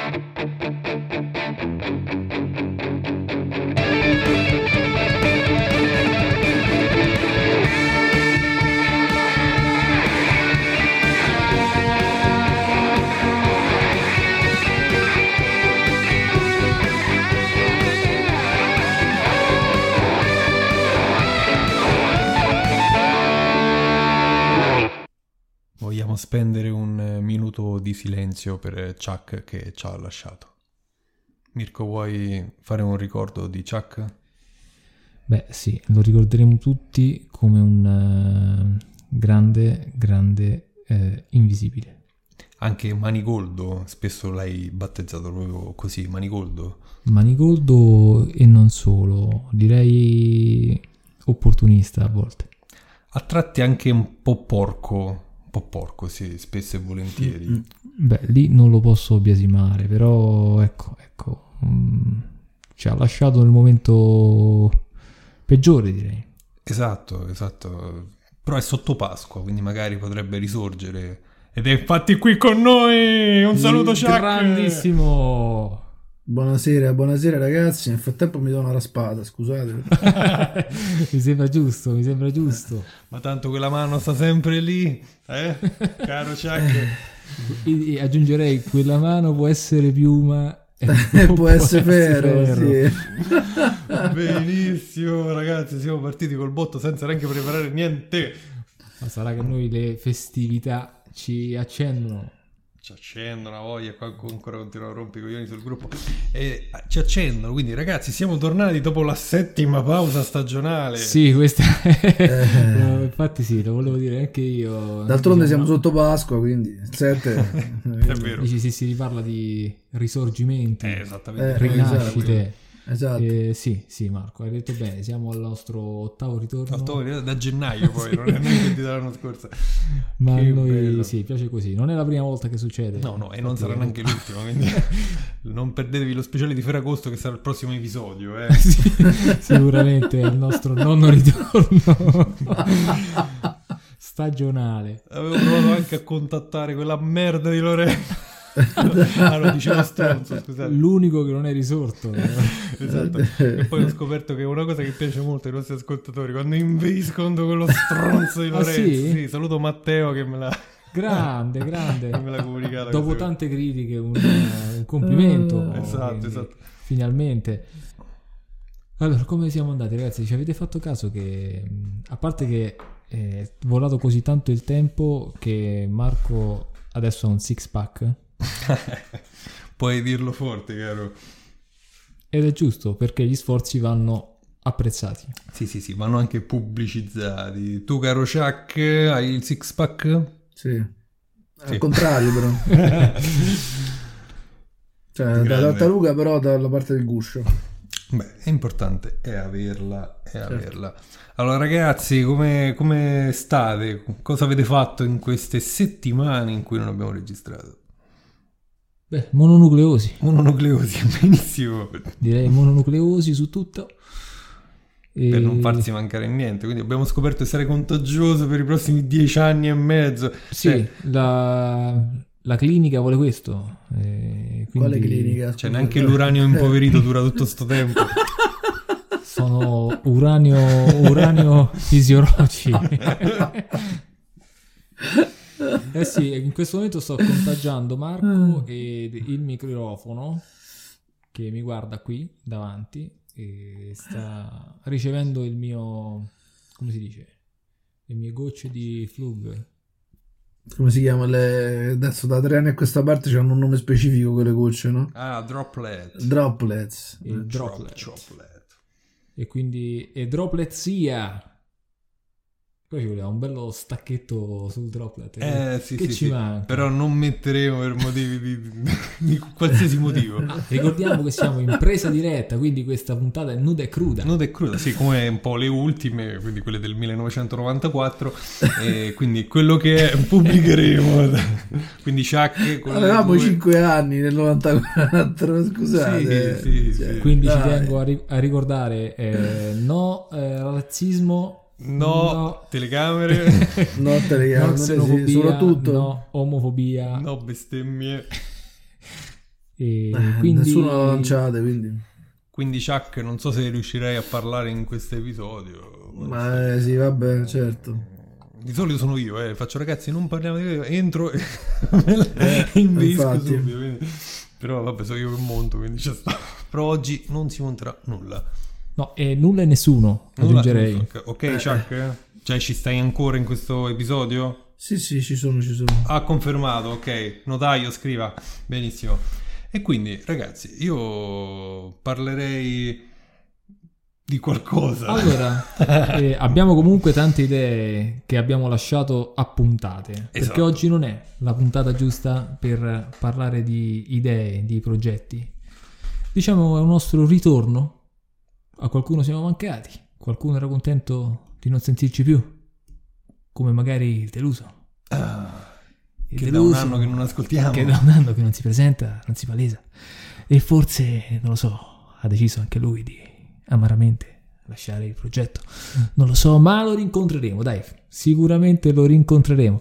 Vogliamo spendere un minuto di silenzio per Chuck che ci ha lasciato. Mirko, vuoi fare un ricordo di Chuck? Beh sì, lo ricorderemo tutti come un grande invisibile. Anche Manigoldo, spesso l'hai battezzato proprio così, Manigoldo. Manigoldo e non solo, direi opportunista a volte. A tratti anche un po' porco, sì, spesso e volentieri. Beh, lì non lo posso biasimare, però ecco, ci ha lasciato nel momento peggiore, direi. Esatto, però è sotto Pasqua, quindi magari potrebbe risorgere, ed è infatti qui con noi. Un saluto, Chuck! Grandissimo! Buonasera ragazzi, nel frattempo mi do una raspata, scusate. mi sembra giusto. Ma tanto quella mano sta sempre lì, caro Chuck. E aggiungerei, quella mano può essere piuma può essere ferro. Sì. Benissimo ragazzi, siamo partiti col botto senza neanche preparare niente. Ma sarà che noi le festività ci accendono una voglia, qua ancora continuano a rompere i coglioni sul gruppo e ci accendono, quindi ragazzi siamo tornati dopo la 7ª pausa stagionale. Sì, questa no, infatti sì, lo volevo dire anche io. D'altronde siamo sotto Pasqua, quindi il 7 è vero. Dici, si riparla di risorgimenti, esattamente, rinascite. Esatto. Sì, Marco, hai detto bene, siamo al nostro 8º ritorno. Da gennaio poi, non è neanche dall'anno scorso. Ma che a noi bello. Sì, piace così. Non è la prima volta che succede. No, e non sarà neanche l'ultima, quindi non perdetevi lo speciale di Ferragosto che sarà il prossimo episodio. Sì, sicuramente è il nostro nonno ritorno stagionale. Avevo provato anche a contattare quella merda di Lorenzo. Lo dicevo stronzo, scusate. L'unico che non è risorto. Esatto. E poi ho scoperto che è una cosa che piace molto ai nostri ascoltatori, quando inveiscono quello stronzo di Lorenzo. Sì? Saluto Matteo che me l'ha grande che me l'ha comunicato. dopo tante critiche un complimento. Esatto. Finalmente. Allora, come siamo andati, ragazzi? Ci avete fatto caso che, a parte che è volato così tanto il tempo, che Marco adesso ha un six pack? Puoi dirlo forte, caro. Ed è giusto, perché gli sforzi vanno apprezzati. Sì, vanno anche pubblicizzati. Tu, caro Chuck, hai il six pack? Sì. Al contrario, però. Cioè, da tartaruga, però dalla parte del guscio. Beh, è importante, è averla. Allora, ragazzi, come state? Cosa avete fatto in queste settimane in cui non abbiamo registrato? Beh, mononucleosi, benissimo. direi mononucleosi su tutto. Per non farsi mancare niente, quindi abbiamo scoperto di essere contagioso per i prossimi 10 anni e mezzo. Sì, la clinica vuole questo. Quindi quale clinica? Cioè, neanche l'uranio impoverito dura tutto sto tempo. Sono uranio fisiologici. Sì, in questo momento sto contagiando Marco e il microfono che mi guarda qui davanti e sta ricevendo il mio, come si dice, le mie gocce di Flug. Come si chiama? Adesso da 3 anni a questa parte c'hanno un nome specifico quelle gocce, no? Droplets. Droplet. E quindi dropletzia. Poi ci voleva un bello stacchetto sul droplet. Sì, ci manca. Però non metteremo per motivi di qualsiasi motivo. Ricordiamo che siamo in presa diretta, quindi questa puntata è nuda e cruda. Sì, come un po' le ultime, quindi quelle del 1994. E quindi quello che pubblicheremo. Quindi Chuck. Avevamo 5 anni nel 94, scusate. Sì. Quindi ci tengo a ricordare razzismo. No, telecamere. No, xenofobia, soprattutto no omofobia, no bestemmie. E quindi Nessuno lo lanciate, Quindi Chuck, non so se riuscirei a parlare in questo episodio. Ma sì, vabbè, certo. Di solito sono io, faccio ragazzi non parliamo di questo, entro e me la invisco infatti. subito, quindi. Però vabbè, so io che monto, quindi ci sta. Però oggi non si monterà nulla. no, nulla e nessuno, Nulla, aggiungerei. ok, Chuck? Cioè ci stai ancora in questo episodio? Sì, ci sono. Ha confermato, ok. Notaio, scriva. Benissimo. E quindi, ragazzi, io parlerei di qualcosa. Allora, abbiamo comunque tante idee che abbiamo lasciato appuntate, perché Esatto. oggi non è la puntata giusta per parlare di idee, di progetti. Diciamo è un nostro ritorno. A qualcuno siamo mancati, qualcuno era contento di non sentirci più, come magari il deluso. Il Che da un anno che non ascoltiamo. Che da un anno che non si presenta, non si palesa. E forse, non lo so, ha deciso anche lui di amaramente lasciare il progetto. Non lo so, ma lo rincontreremo, dai, sicuramente lo rincontreremo.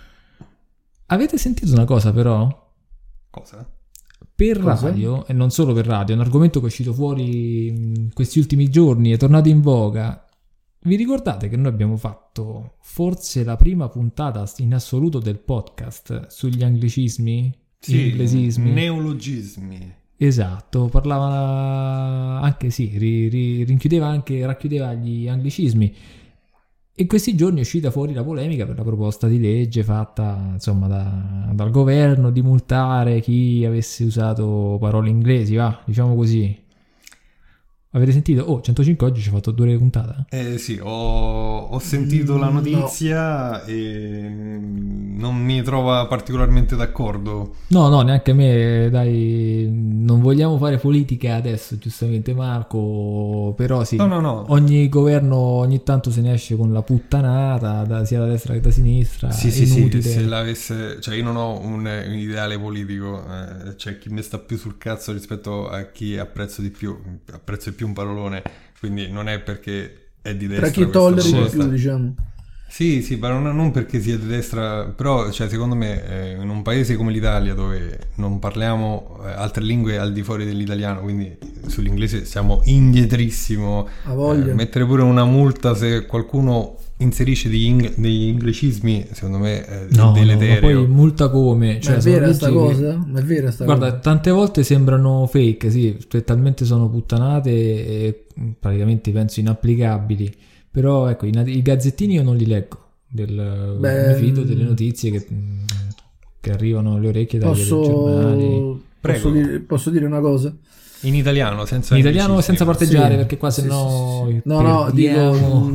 Avete sentito una cosa però? Cosa? Per Cosa? radio, e non solo per radio, è un argomento che è uscito fuori in questi ultimi giorni, è tornato in voga. Vi ricordate che noi abbiamo fatto forse la prima puntata in assoluto del podcast sugli anglicismi? Sì, inglesismi? neologismi. Esatto, parlava anche, sì, racchiudeva gli anglicismi. In questi giorni è uscita fuori la polemica per la proposta di legge fatta, insomma, dal governo di multare chi avesse usato parole inglesi, va, diciamo così. Avete sentito? Oh, 105 oggi ci ha fatto 2 ore di puntata. Sì, ho sentito la notizia e non mi trova particolarmente d'accordo. No, neanche a me, dai, non vogliamo fare politica adesso, giustamente Marco, però sì, No. ogni governo ogni tanto se ne esce con la puttanata, sia da destra che da sinistra, Sì, inutile. se l'avesse, cioè io non ho un ideale politico, c'è chi mi sta più sul cazzo rispetto a chi apprezzo di più un parolone, quindi non è perché è di destra. Tra chi questa tolleri di proposta. più, diciamo. Sì, ma non perché sia di destra, però cioè, secondo me in un paese come l'Italia dove non parliamo altre lingue al di fuori dell'italiano, quindi sull'inglese siamo indietrissimo, A voglia. mettere pure una multa se qualcuno inserisce degli inglicismi, secondo me è No, deleterio. ma poi multa come? Cioè, Ma è sono vera sta leggi che- cosa? Ma è vera sta Guarda, cosa? tante volte sembrano fake, sì, talmente sono puttanate e praticamente penso inapplicabili. Però ecco, i gazzettini io non li leggo, mi fido delle notizie che arrivano alle orecchie dai giornali. Prego. Posso dire una cosa? In italiano, senza In italiano anglicismi. senza parteggiare, Sì. perché qua Sì, sennò sì. No, dico...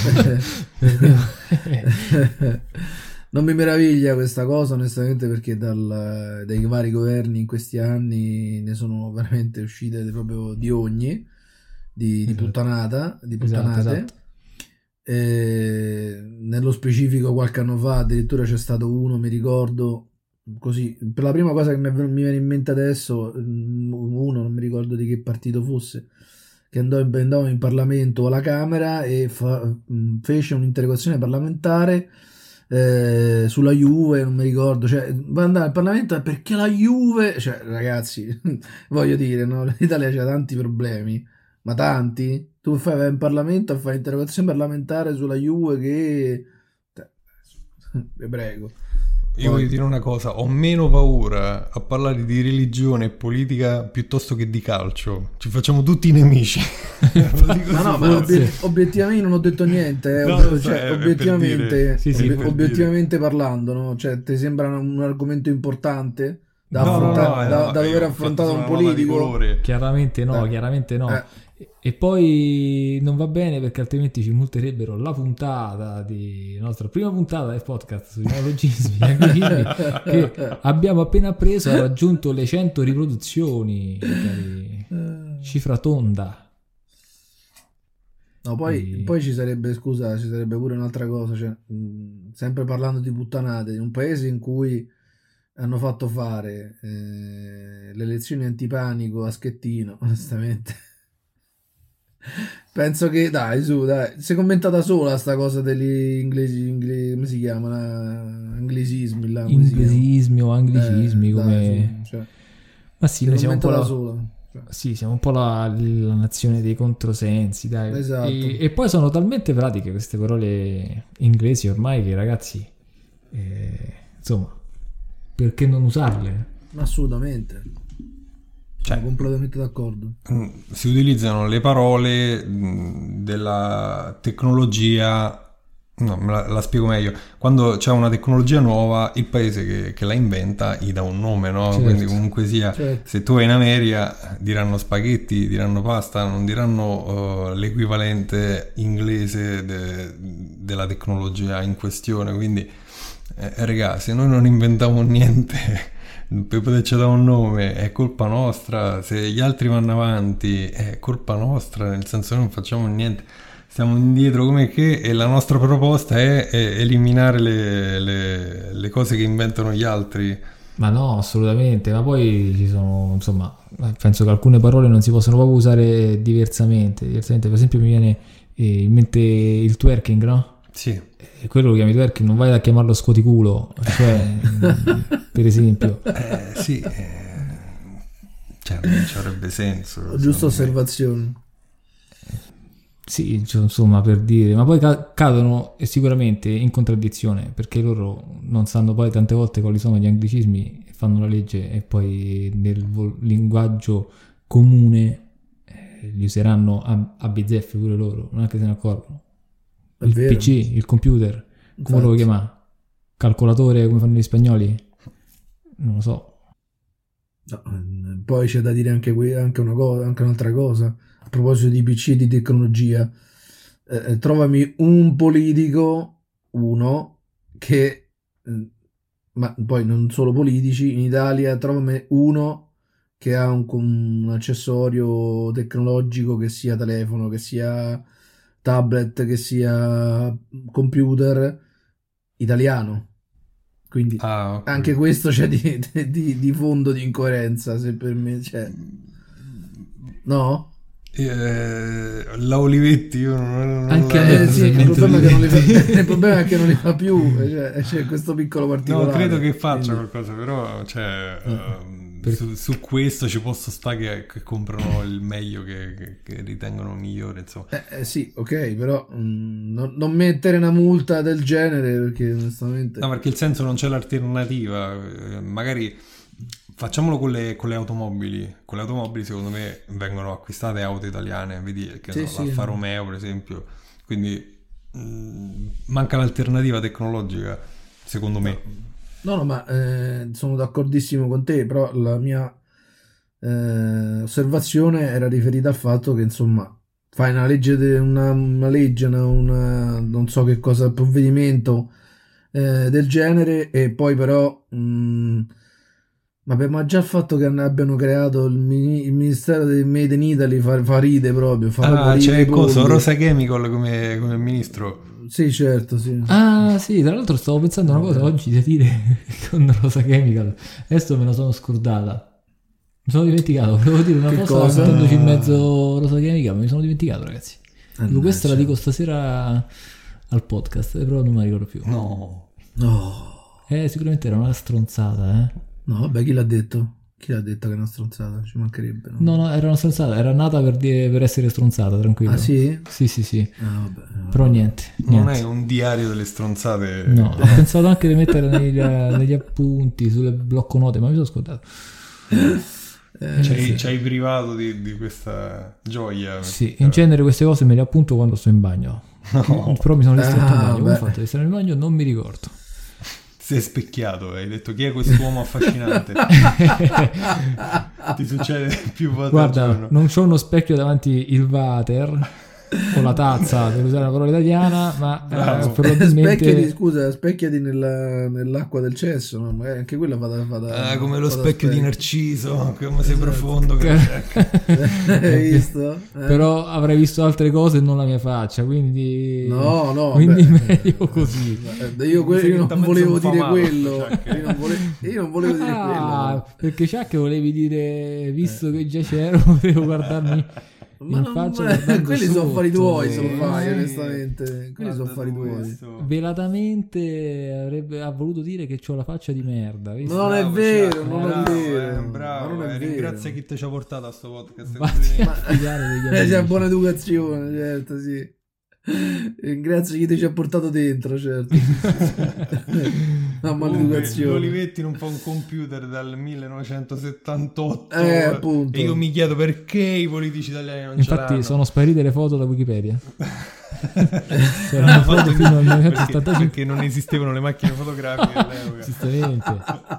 Non mi meraviglia questa cosa, onestamente, perché dai vari governi in questi anni ne sono veramente uscite proprio di ogni, di Esatto. puttanata, di puttanate. Esatto. Nello specifico qualche anno fa addirittura c'è stato uno, mi ricordo, così, per la prima cosa che mi viene in mente adesso, uno, non mi ricordo di che partito fosse, che andò in Parlamento alla Camera e fece un'interrogazione parlamentare sulla Juve, non mi ricordo, cioè va andare al Parlamento perché la Juve, cioè ragazzi, voglio dire, no? L'Italia c'ha tanti problemi, ma tanti. Tu vai in Parlamento a fare interrogazione parlamentare sulla Juve che... Vi prego. Io voglio dire una cosa, ho meno paura a parlare di religione e politica piuttosto che di calcio. Ci facciamo tutti nemici. Ma obiettivamente non ho detto niente, No, cioè, per obiettivamente, dire. Sì, sì, per obiettivamente parlando, no? Cioè, ti sembra un argomento importante da No, affrontare, no, da dover io ho affrontare fatto un una nota di politico? colore. Chiaramente no. E poi non va bene perché altrimenti ci multerebbero la nostra prima puntata del podcast sui neologismi che abbiamo appena preso, ha raggiunto le 100 riproduzioni, cifra tonda. No, poi ci sarebbe pure un'altra cosa, cioè, sempre parlando di puttanate, in un paese in cui hanno fatto fare le elezioni antipanico a Schettino, onestamente. Penso che, dai, si è commentata sola sta cosa degli inglesi, come si chiama? Anglicismi, là, come si chiama? Inglesismi o anglicismi, come... Dai, cioè. Ma sì, noi siamo un po' da sola. Sì, siamo un po' la nazione dei controsensi, dai. Esatto. E poi sono talmente pratiche queste parole inglesi ormai che ragazzi, insomma, perché non usarle? Assolutamente. Sono completamente d'accordo. Si utilizzano le parole della tecnologia. No, la spiego meglio. Quando c'è una tecnologia nuova, il paese che la inventa gli dà un nome, no? Certo. Quindi comunque sia, Certo. se tu vai in America diranno spaghetti, diranno pasta, non diranno l'equivalente inglese della tecnologia in questione. Quindi, raga, se noi non inventiamo niente per poterci dare un nome è colpa nostra, se gli altri vanno avanti è colpa nostra, nel senso noi non facciamo niente. Stiamo indietro come che, e la nostra proposta è eliminare le cose che inventano gli altri. Ma no, assolutamente, ma poi ci sono, insomma, penso che alcune parole non si possono proprio usare diversamente, per esempio mi viene in mente il twerking, no? Sì. E quello lo chiami twerking, non vai a chiamarlo scoticulo, cioè, per esempio. Sì, cioè non ci avrebbe senso. Giusta osservazione. Sì, cioè, insomma, per dire, ma poi cadono sicuramente in contraddizione perché loro non sanno poi tante volte quali sono gli anglicismi, fanno la legge e poi nel linguaggio comune li useranno a bizzeffe pure loro, non è che se ne accorgono. È Il vero. PC, il computer, come Infatti. lo chiama? Calcolatore come fanno gli spagnoli? Non lo so. No, poi c'è da dire anche una cosa, anche un'altra cosa. A proposito di PC e di tecnologia, trovami un politico, uno, che, ma poi non solo politici, in Italia, trovami uno che ha un accessorio tecnologico, che sia telefono, che sia tablet, che sia computer, italiano. Quindi Ok. anche questo c'è di fondo di incoerenza, se per me c'è. No? La Olivetti io non Anche la- a me Sì, il mente problema, di- è che non li fa, il problema è che non li fa più, cioè, c'è questo piccolo particolare. No, credo che faccia Quindi- qualcosa, però cioè, Per- su questo ci posso stare che comprano il meglio che ritengono migliore, insomma. Sì, ok, però non mettere una multa del genere, perché onestamente... No, perché il senso non c'è l'alternativa. Magari facciamolo con le automobili. Con le automobili, secondo me, vengono acquistate auto italiane. Vedi che Sì, ne so, sì. l'Alfa Romeo, per esempio. Quindi manca l'alternativa tecnologica, secondo me. No, ma sono d'accordissimo con te, però la mia osservazione era riferita al fatto che, insomma, fai una legge, una legge, non so che cosa, provvedimento del genere, e poi però vabbè, ma già il fatto che abbiano creato il ministero del Made in Italy fa ride proprio, fa proprio C'è ride i cosa? polli. Rosa Chemical come ministro. Sì, certo, sì. Ah sì, tra l'altro stavo pensando a una cosa oggi da dire con Rosa Chemical, adesso me la sono scordata, mi sono dimenticato, volevo dire una Che cosa cosa? mettendoci in mezzo Rosa Chemical, ma mi sono dimenticato, ragazzi. Dico, questa la Mannaggia. dico stasera al podcast, però non me la ricordo più. No. No, Sicuramente era una stronzata, no, vabbè, chi l'ha detto? Chi l'ha detto che è una stronzata? Ci mancherebbe, no? No, era una stronzata, era nata per essere stronzata, tranquillo. Ah, sì? Sì. Ah, vabbè. Però niente. Non è un diario delle stronzate. No, ho pensato anche di mettere negli appunti, sulle blocco note, ma mi sono scordato. C'hai privato di questa gioia. Sì, in genere queste cose me le appunto quando sto in bagno. Però mi sono distratto in bagno. Come ho beh. fatto di stare in bagno? Non mi ricordo. Sei specchiato, hai detto chi è quest'uomo affascinante. Ti succede più volte al Guarda, giorno. non c'ho uno specchio davanti il water o la tazza per usare una parola italiana, ma Bravo. probabilmente Specchiati nell'acqua del cesso, no? Magari anche quella Come lo fa da specchio di Narciso, come sei profondo. Che Hai visto? però avrei visto altre cose e non la mia faccia, quindi No, quindi beh. meglio così. Io Mi sa che non t'ha mezzo volevo dire infamato, quello. Chuck. Io non volevo dire quello. Perché Chuck volevi dire, visto che già c'ero, potevo guardarmi Ma in non- faccia ma guardando quelli sono affari sotto. tuoi, se lo fai, Eh, onestamente. Quelli sono guarda affari tu tuoi. questo. Velatamente ha voluto dire che c'ho la faccia di merda. Visto? Non è Bravo, vero, Chuck, non è bravo, vero. bravo, Ma non è vero. ringrazia chi ti ci ha portato a sto podcast. Vatti a fidare degli C'è amici. buona educazione, certo, sì. Ringrazio chi ti ci ha portato dentro, certo. Una buona Comunque, educazione. L'Olivetti non fa un computer dal 1978 appunto. e io mi chiedo perché i politici italiani non ce Infatti l'hanno. sono sparite le foto da Wikipedia. Hanno C'erano foto fatto fino al perché, 1975. perché non esistevano le macchine fotografiche all'epoca. Giustamente.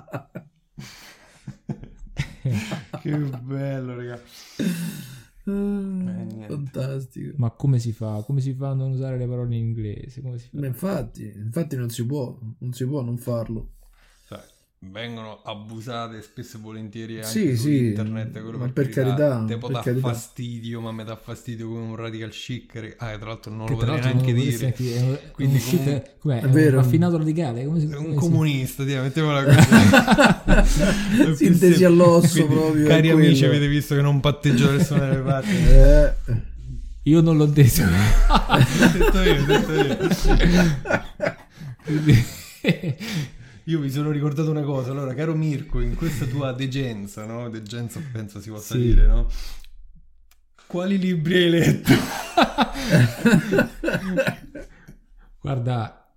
Che bello, raga. niente. Fantastico. Ma come si fa? Come si fa a non usare le parole in inglese? Come si fa? Ma infatti non si può non farlo. Cioè, vengono abusate spesso e volentieri anche Sì, su sì, internet, quello ma per carità, te può per dar carità. fastidio, ma mi dà fastidio come un radical chic. Tra l'altro non Che lo tra potrei l'altro neanche non dire. vorresti anche- è Quindi un shit- comunque- com'è? È vero. Un raffinato radicale? Come si, È come un si- comunista, mettiamola così. Sintesi all'osso Quindi, proprio, cari è amici, quello. avete visto che non patteggio da nessuna delle parti. Io non l'ho detto. Detto io. Quindi- Io mi sono ricordato una cosa. Allora, caro Mirko, in questa tua degenza, no? Degenza penso si possa Sì. dire, no? Quali libri hai letto? Guarda,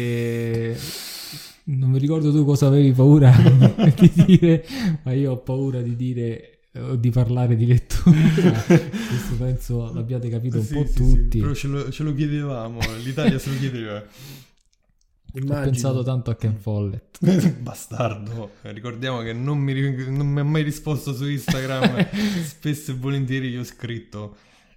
non mi ricordo tu cosa avevi paura di dire, ma io ho paura di dire o di parlare di lettura. Questo penso l'abbiate capito un Sì, po' sì, tutti. sì, però ce lo chiedevamo, l'Italia se lo chiedeva. Ho pensato tanto a Ken Follett. Bastardo. Ricordiamo che non mi ha mai risposto su Instagram. Spesso e volentieri gli ho scritto.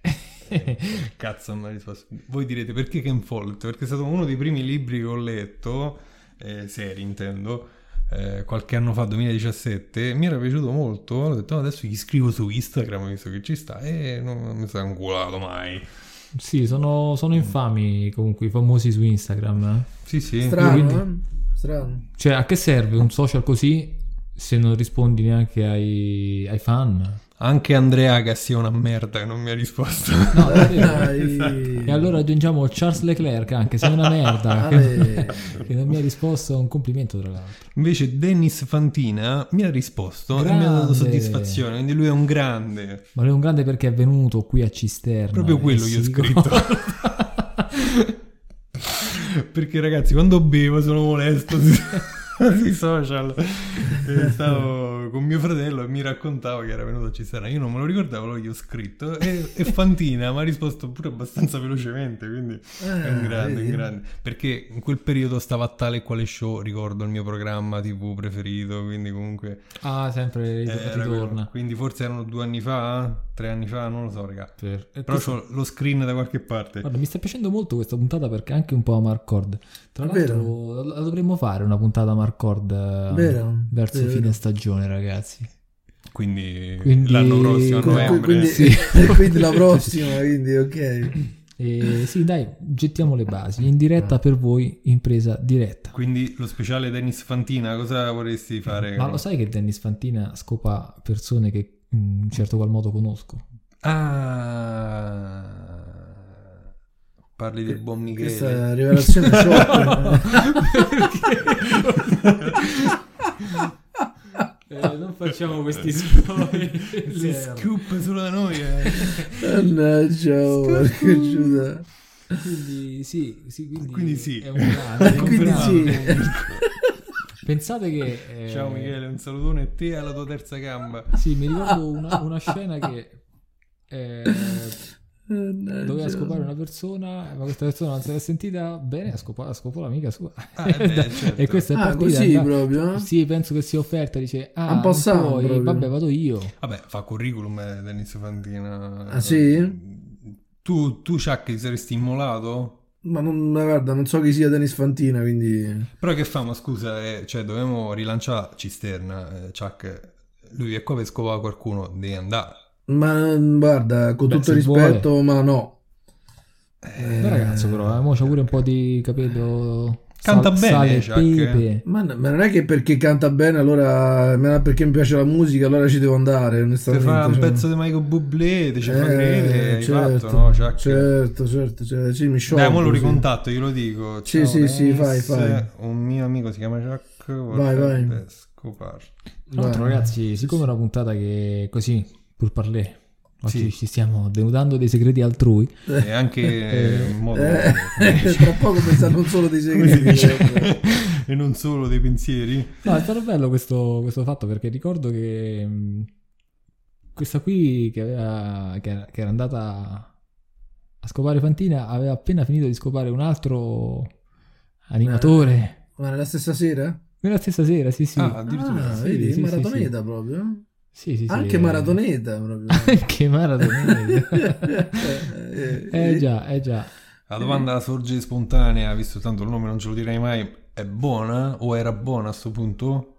Cazzo, non mi ha risposto. Voi direte perché Ken Follett? Perché è stato uno dei primi libri che ho letto, seri intendo, qualche anno fa, 2017. Mi era piaciuto molto. Ho detto, adesso gli scrivo su Instagram visto che ci sta, e non mi sono inculato mai. Sì, sono infami comunque i famosi su Instagram. Sì, sì. Strano, strano. Cioè, a che serve un social così se non rispondi neanche ai fan? Anche Andrea Agassi è una merda che non mi ha risposto. No, è vero. Dai. E allora aggiungiamo Charles Leclerc anche, sei una merda. Ale. Che non mi ha risposto a un complimento, tra l'altro. Invece Dennis Fantina mi ha risposto e mi ha dato Grande. soddisfazione, quindi lui è un grande. Ma lui è un grande perché è venuto qui a Cisterna. Proprio quello e gli ho si scritto. ricorda. Perché ragazzi, quando bevo sono molesto sui social. E stavo con mio fratello e mi raccontavo che era venuto a Cisterna. Io non me lo ricordavo, allora gli ho scritto e Fantina mi ha risposto pure abbastanza velocemente, quindi è un grande, vedi. un grande. Perché in quel periodo stava a Tale e Quale Show, ricordo il mio programma TV preferito, quindi comunque Ah, sempre era ritorna. quello. Quindi forse erano 2 anni fa, 3 anni fa, non lo so, raga. E Però questo- c'ho lo screen da qualche parte. Guarda, mi sta piacendo molto questa puntata perché è anche un po' a Marcord. Tra È l'altro la dovremmo fare una puntata a Marcord Vero, verso vero, fine vero. stagione, ragazzi. Quindi, Quindi- l'anno prossimo, a novembre. Quindi, Sì. quindi la prossima, quindi ok. E sì, dai, gettiamo le basi. In diretta per voi, in presa diretta. Quindi lo speciale Dennis Fantina, cosa vorresti fare? Ma lo sai che Dennis Fantina scopa persone che in un certo qual modo conosco? Ah, parli del buon Michele. Questa rivelazione shock. Non facciamo questi spoiler. Si scoop solo da noi. Mannaggia, porca Giuda. Quindi sì, Quindi sì. è un grande, è un Quindi grande. sì. Pensate che Ciao Michele, un salutone a te e alla tua terza gamba. sì, mi ricordo una scena che Mannaggia. doveva scopare una persona, ma questa persona non se l'è sentita bene, scopò l'amica sua. Certo. E questa è Ah, partita. così proprio? Sì, penso che sia offerta, dice Un po' non sano puoi, proprio. vabbè, vado io. Vabbè, fa curriculum Dennis Fantina. Ah, sì? Tu Chuck, ti saresti immolato? Ma non, guarda, non so chi sia Dennis Fantina, quindi... Però che famo, scusa, cioè dovevamo rilanciare Cisterna, Chuck. Lui è qua per scopare qualcuno, devi andare. Ma guarda, con Beh, tutto se rispetto, ma no. Bel ragazzo però, mo c'ha pure un po' di capello Canta bene, sale, Chuck. pepe. Ma non è che perché canta bene, allora perché mi piace la musica, allora ci devo andare, Ti onestamente. fa un cioè. pezzo di Michael Bublé, ti ci fa credere, hai certo, fatto, no, Chuck? certo, sì, mi sciolgo. Dai, mo lo sì. ricontatto, glielo dico. Sì, Ciao, sì, Dennis, fai. Un mio amico si chiama Chuck, Vai. vorrebbe scoparti. Tra l'altro, Vai. ragazzi, siccome è una puntata che così, pur parlé, oggi Sì. ci stiamo denudando dei segreti altrui. E anche in modo... Tra poco pensare non solo dei come si segreti. dice? E non solo dei pensieri. No, è stato bello questo fatto, perché ricordo che questa qui che era andata a scopare Fantina aveva appena finito di scopare un altro animatore. Ma nella stessa sera? Nella stessa sera, sì. Ah, addirittura. Ah, Sì, vedi, sì, maratoneta proprio. Sì. Anche maratoneta proprio. Anche maratoneta. Già. La domanda sorge spontanea, visto tanto il nome non ce lo direi mai, è buona o era buona a sto punto?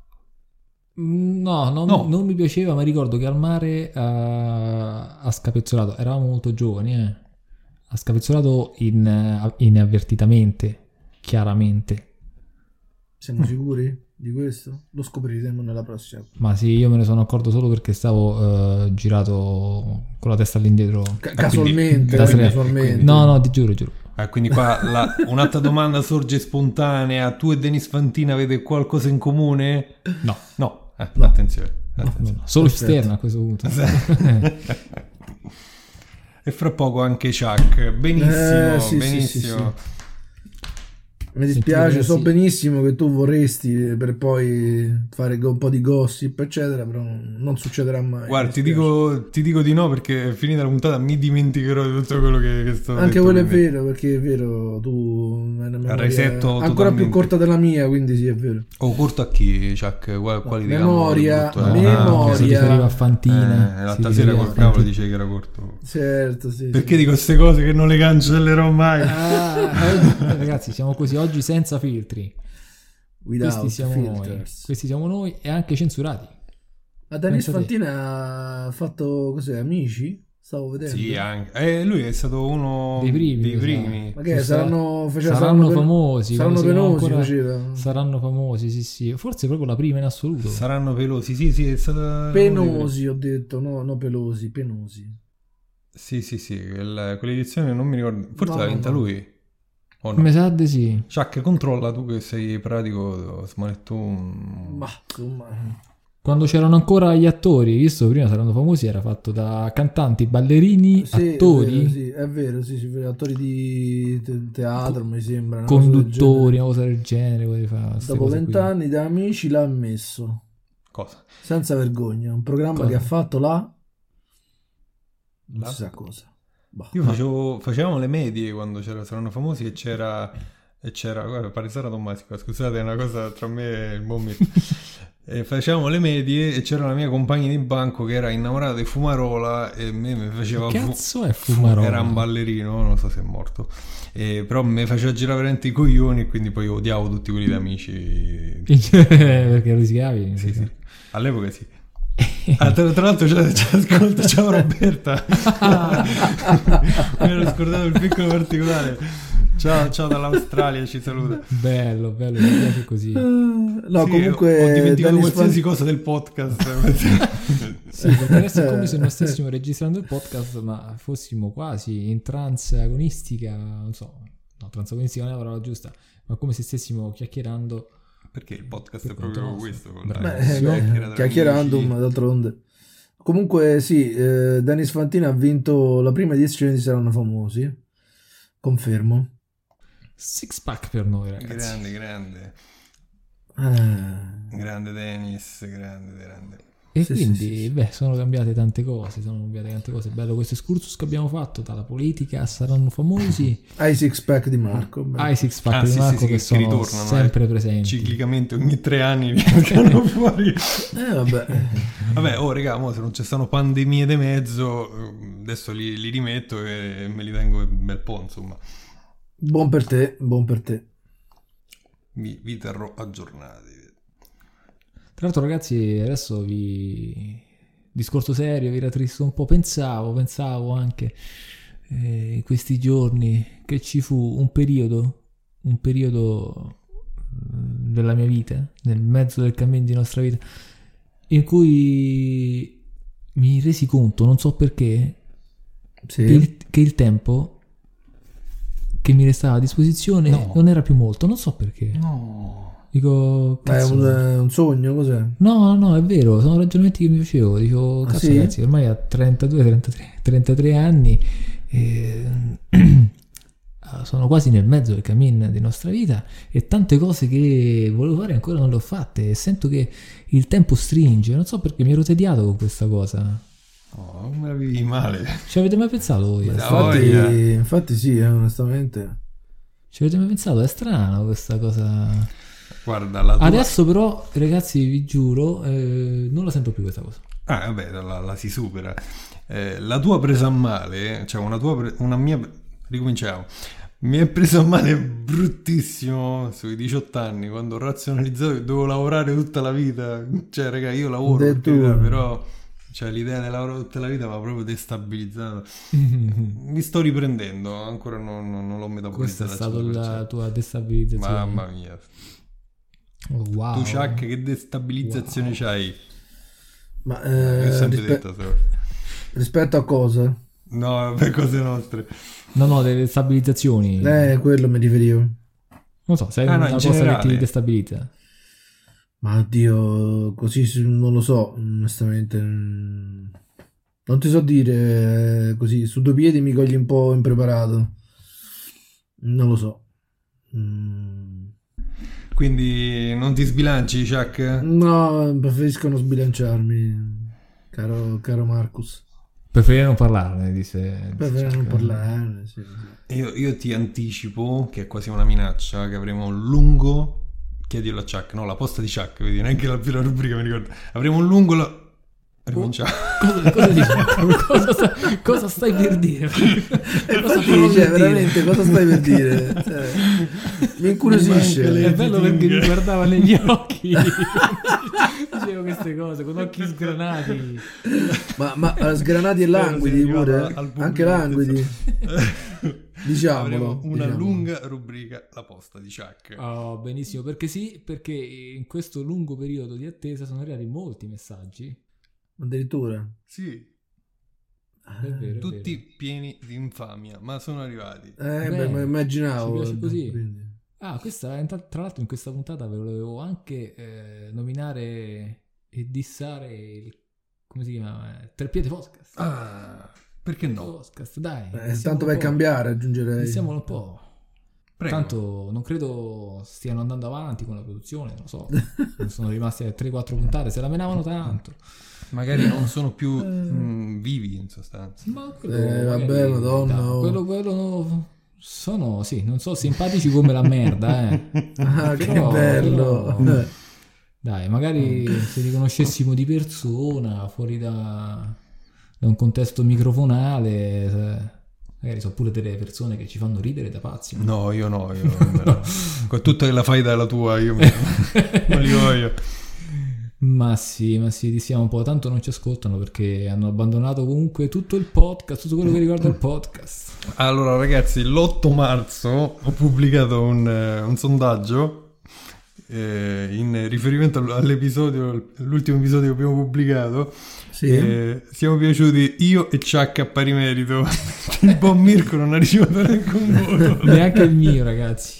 No, non mi piaceva, ma ricordo che al mare ha scapezzolato. Eravamo molto giovani, ha scapezzolato inavvertitamente, chiaramente. Siamo sicuri di questo? Lo scopriremo nella prossima. Ma sì, io me ne sono accorto solo perché stavo girato con la testa all'indietro. Casualmente, quindi- casualmente. No, ti giuro. Quindi qua un'altra domanda sorge spontanea, tu e Dennis Fantina avete qualcosa in comune? No. No, attenzione. No. Solo Perfetto. esterna a questo punto. E fra poco anche Chuck, benissimo, Sì, benissimo. sì. Mi dispiace, Senti, so ragazzi- benissimo che tu vorresti per poi fare un po' di gossip, eccetera, però non succederà mai. Guarda, mi dispiace. ti dico di no perché finita la puntata mi dimenticherò di tutto quello che sto Anche detto, quello è quindi- vero, perché è vero, tu hai una memoria resetto ancora totalmente. più corta della mia, quindi sì, è vero. Oh, corto a chi, Chuck? Quali di Memoria, brutto, memoria. Si riferiva a Fantina. l'altra si sera riferiva a col cavolo Fantina. dice che era corto. Certo, sì. Perché dico queste cose che non le cancellerò mai? Ragazzi, siamo così oggi senza filtri. Without Questi siamo noi e anche censurati. Ma Dennis Pensate. Fantina ha fatto cos'è? Amici? Stavo vedendo. Sì, anche. Lui è stato uno Dei primi, primi. Ma che saranno famosi. Saranno come si chiama penosi, ancora? faceva. Saranno famosi, sì. Forse proprio la prima in assoluto. Saranno pelosi, sì, è stata... Penosi, ho detto, no, pelosi, penosi. Sì, quell'edizione non mi ricordo. Forse No, l'ha vinta no. lui. O no? Mi sa di sì. Chuck, controlla tu che sei pratico, smanettone. Ma insomma, Quando c'erano ancora gli attori, visto prima saranno famosi, era fatto da cantanti, ballerini, sì, attori, è vero, sì, attori di teatro, mi sembra. una cosa del conduttori, una cosa del genere. genere. Dopo 20 anni da Amici l'ha ammesso, Cosa? senza vergogna. Un programma Cosa? che ha fatto non La- si sa cosa. Bah. Io facevamo le medie quando saranno famosi e c'era guarda, pare Sara Tommasico, scusate, è una cosa tra me e il buon Mirko. E facevamo le medie e c'era la mia compagna di banco che era innamorata di Fumarola e me mi faceva Che cazzo è Fumarola? Era un ballerino, non so se è morto. Però mi faceva girare veramente i coglioni e quindi poi odiavo tutti quelli da Amici. Perché risicavi? Sì. All'epoca sì. Tra l'altro ascolta, ciao Roberta. Mi ero scordato il piccolo particolare. Ciao dall'Australia, ci saluta. Bello, mi piace così. No, Sì, comunque ho dimenticato Dennis qualsiasi cosa del podcast. Sì, perché adesso è come se non stessimo registrando il podcast, ma fossimo quasi in trance agonistica, non so, no, trance agonistica non è la parola giusta, ma come se stessimo chiacchierando. Perché il podcast Per è proprio conto questo. nostro. Beh, chiacchierandum d'altronde. Comunque sì, Dennis Fantina ha vinto la prima edizione di Saranno Famosi, confermo. Six pack per noi, ragazzi. Grande Dennis, grande. E Sì, quindi, sì. sono cambiate tante cose, Bello questo excursus che abbiamo fatto, dalla politica a Saranno Famosi, Ai six pack di Marco. beh. ai six pack di sì, Marco sì, che sono ritornano, sempre presenti. Ciclicamente ogni 3 anni vengono fuori. Vabbè. Vabbè, raga, mo se non ci stanno pandemie di mezzo, adesso li rimetto e me li tengo un bel po', insomma. Buon per te. Vi terrò aggiornati. Tra l'altro, ragazzi, adesso discorso serio, vi rattristo un po'. Pensavo anche in questi giorni che ci fu un periodo un periodo della mia vita, nel mezzo del cammino di nostra vita, in cui mi resi conto, non so perché, Sì. che il tempo che mi restava a disposizione non era più molto, non so perché. No. Dico, Ma è cazzo, un sogno, cos'è? no, è vero, sono ragionamenti che mi facevo. Dico, cazzo, sì? ragazzi, ormai a 33 anni sono quasi nel mezzo del cammin di nostra vita e tante cose che volevo fare ancora non le ho fatte e sento che il tempo stringe, non so perché mi ero tediato con questa cosa. Oh, come la vivi male. Ci avete mai pensato voi? Infatti sì, onestamente. Ci avete mai pensato? È strano questa cosa. Guarda, la tua... Adesso però, ragazzi, vi giuro, non la sento più questa cosa. Ah, vabbè, la si supera. La tua presa a male, cioè una mia... Ricominciamo. Mi è preso a male bruttissimo sui 18 anni, quando ho razionalizzato che dovevo lavorare tutta la vita. Cioè, raga, io lavoro, però... Cioè, l'idea di lavorare tutta la vita mi ha proprio destabilizzato. Mi sto riprendendo, ancora non l'ho metabolizzato. Questa è stata la tua destabilizzazione. Mamma mia. Oh, wow. Tu, Chuck, che destabilizzazione c'hai? Ma Io ho sempre detto rispetto a cosa? No, per cose nostre. No, delle stabilizzazioni. Quello mi riferivo. Non so, sei una cosa generale. che ti destabilizza. Ma oddio, così non lo so, onestamente. Non ti so dire, così, su due piedi mi cogli un po' impreparato. Non lo so. Quindi non ti sbilanci, Chuck? No, preferisco non sbilanciarmi, caro Marcus. Preferire non parlarne, disse. Preferisco non parlarne, sì. Io ti anticipo che è quasi una minaccia, che avremo un lungo... Chiedilo a Chuck, no, la posta di Chuck, vedi, neanche la prima rubrica mi ricordo. Avremo un lungo... Ricominciamo. Cosa dici? Cosa stai per dire? Veramente, cosa stai per dire? Cioè, mi incuriosisce. È bello perché mi guardava negli occhi. Dicevo queste cose con occhi sgranati. Ma sgranati e languidi pure? Anche languidi. Avremo una lunga rubrica, la posta di Chuck. Oh, benissimo, perché in questo lungo periodo di attesa sono arrivati molti messaggi. Addirittura? Sì. È vero, tutti pieni di infamia, ma sono arrivati. Ma immaginavo. Ci piace così. Quindi. Questa, tra l'altro in questa puntata volevo anche nominare e dissare come si chiama? Treppiede Podcast. Ah, perché no? Podcast, dai. Tanto per cambiare, aggiungerei. Iniziamolo un po'. Prego. Tanto non credo stiano andando avanti con la produzione, non lo so. Sono rimaste 3-4 puntate, se la menavano tanto. Magari non sono più vivi in sostanza. Ma quello, vabbè, madonna. Quello sono, sì, non so, simpatici come la merda, Ah, che bello. Dai, magari se li conoscessimo di persona, fuori da un contesto microfonale, magari sono pure delle persone che ci fanno ridere da pazzi. No, io no. Con tutta la fai dalla tua, io non li voglio. Ma sì, diciamo un po', tanto non ci ascoltano perché hanno abbandonato comunque tutto il podcast, tutto quello che riguarda il podcast. Allora ragazzi, l'8 marzo ho pubblicato un sondaggio in riferimento all'episodio, l'ultimo episodio che abbiamo pubblicato. Sì. Siamo piaciuti io e Chuck a pari merito. Il buon Mirko non ha ricevuto neanche un voto. Neanche il mio, ragazzi.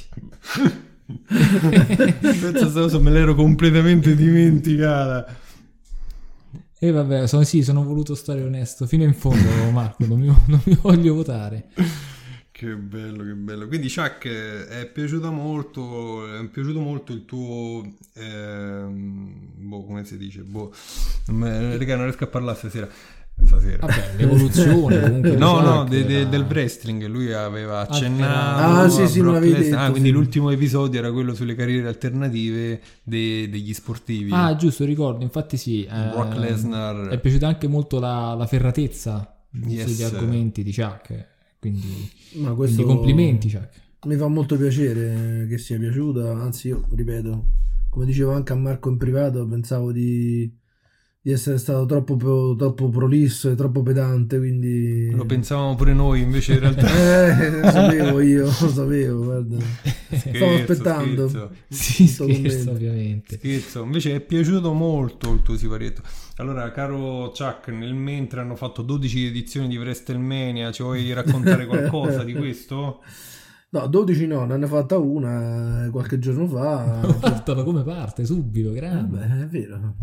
Questa cosa me l'ero completamente dimenticata. E vabbè, sono voluto stare onesto fino in fondo, Marco, non mi voglio votare. Che bello. Quindi Chuck, è piaciuto molto il tuo come si dice? Raga, non riesco a parlare stasera. Vabbè, l'evoluzione comunque. No, del wrestling. Lui aveva accennato. Sì, me l'avevi detto. Quindi sì. l'ultimo episodio era quello sulle carriere alternative degli sportivi. Ah, giusto, ricordo. Infatti sì. Brock Lesnar. È piaciuta anche molto la ferratezza Yes. sugli argomenti di Chuck. Quindi questo complimenti, Chuck. Mi fa molto piacere che sia piaciuta. Anzi, io ripeto, come dicevo anche a Marco in privato, pensavo di essere stato troppo prolisso e troppo pedante, quindi Lo pensavamo pure noi, invece in realtà lo sapevo, guarda. Stavo aspettando. Sì, Tutto scherzo, commento. ovviamente. Scherzo, invece è piaciuto molto il tuo siparietto. Allora, caro Chuck, nel mentre hanno fatto 12 edizioni di WrestleMania, ci vuoi raccontare qualcosa di questo? No, 12 no, ne hanno fatta una qualche giorno fa. Partono come parte, subito, grande. Vabbè, è vero.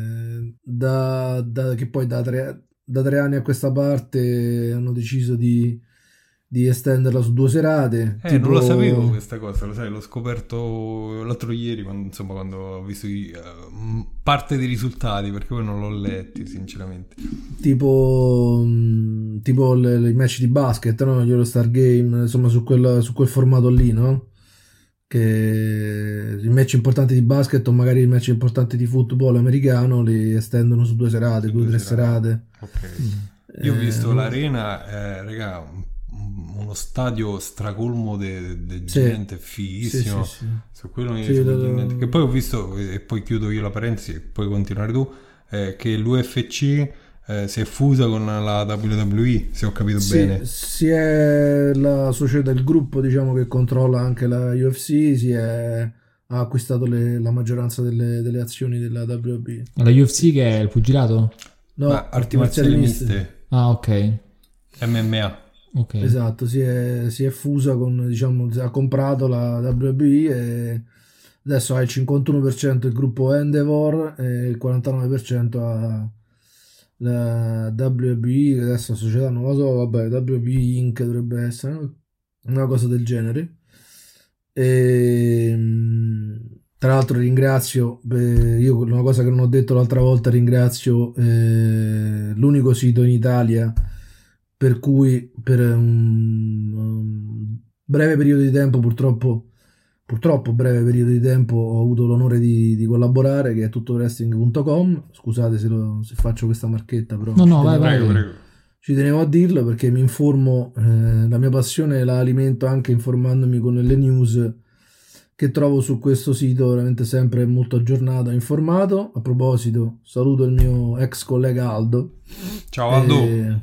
Che poi da 3 anni a questa parte hanno deciso di estenderla su 2 serate. Non lo sapevo questa cosa, lo sai, l'ho scoperto l'altro ieri, quando ho visto parte dei risultati, perché poi non l'ho letti, sinceramente. Tipo i match di basket, no? Gli All-Star Game, insomma, su quel formato lì, no? Che i match importanti di basket o magari i match importanti di football americano li estendono su 2 serate, 2 o 3 serate. Ok. Io ho visto l'Arena, raga, uno stadio stracolmo di gente, fighissimo. Sì. Su quello non mi niente. Che poi ho visto, e poi chiudo io la parentesi e puoi continuare tu, che l'UFC si è fusa con la WWE, se ho capito bene. Si è la società, il gruppo, diciamo, che controlla anche la UFC, ha acquistato la maggioranza delle azioni della WWE. La UFC che è il pugilato? No, arti marziali miste. Ah, ok. MMA. Okay. Esatto, si è fusa con, diciamo, ha comprato la WWE e adesso ha il 51% il gruppo Endeavor e il 49% ha la WWE, adesso la società non lo so, vabbè, WWE Inc. dovrebbe essere, no? Una cosa del genere. E tra l'altro ringrazio, io una cosa che non ho detto l'altra volta, ringrazio l'unico sito in Italia per cui per un breve periodo di tempo, purtroppo breve periodo di tempo, ho avuto l'onore di collaborare, che è tuttovwrestling.com. Scusate se faccio questa marchetta, però no, vai. Prego. Ci tenevo a dirlo perché mi informo, la mia passione la alimento anche informandomi con le news che trovo su questo sito, veramente sempre molto aggiornato e informato. A proposito, saluto il mio ex collega Aldo. Ciao Aldo.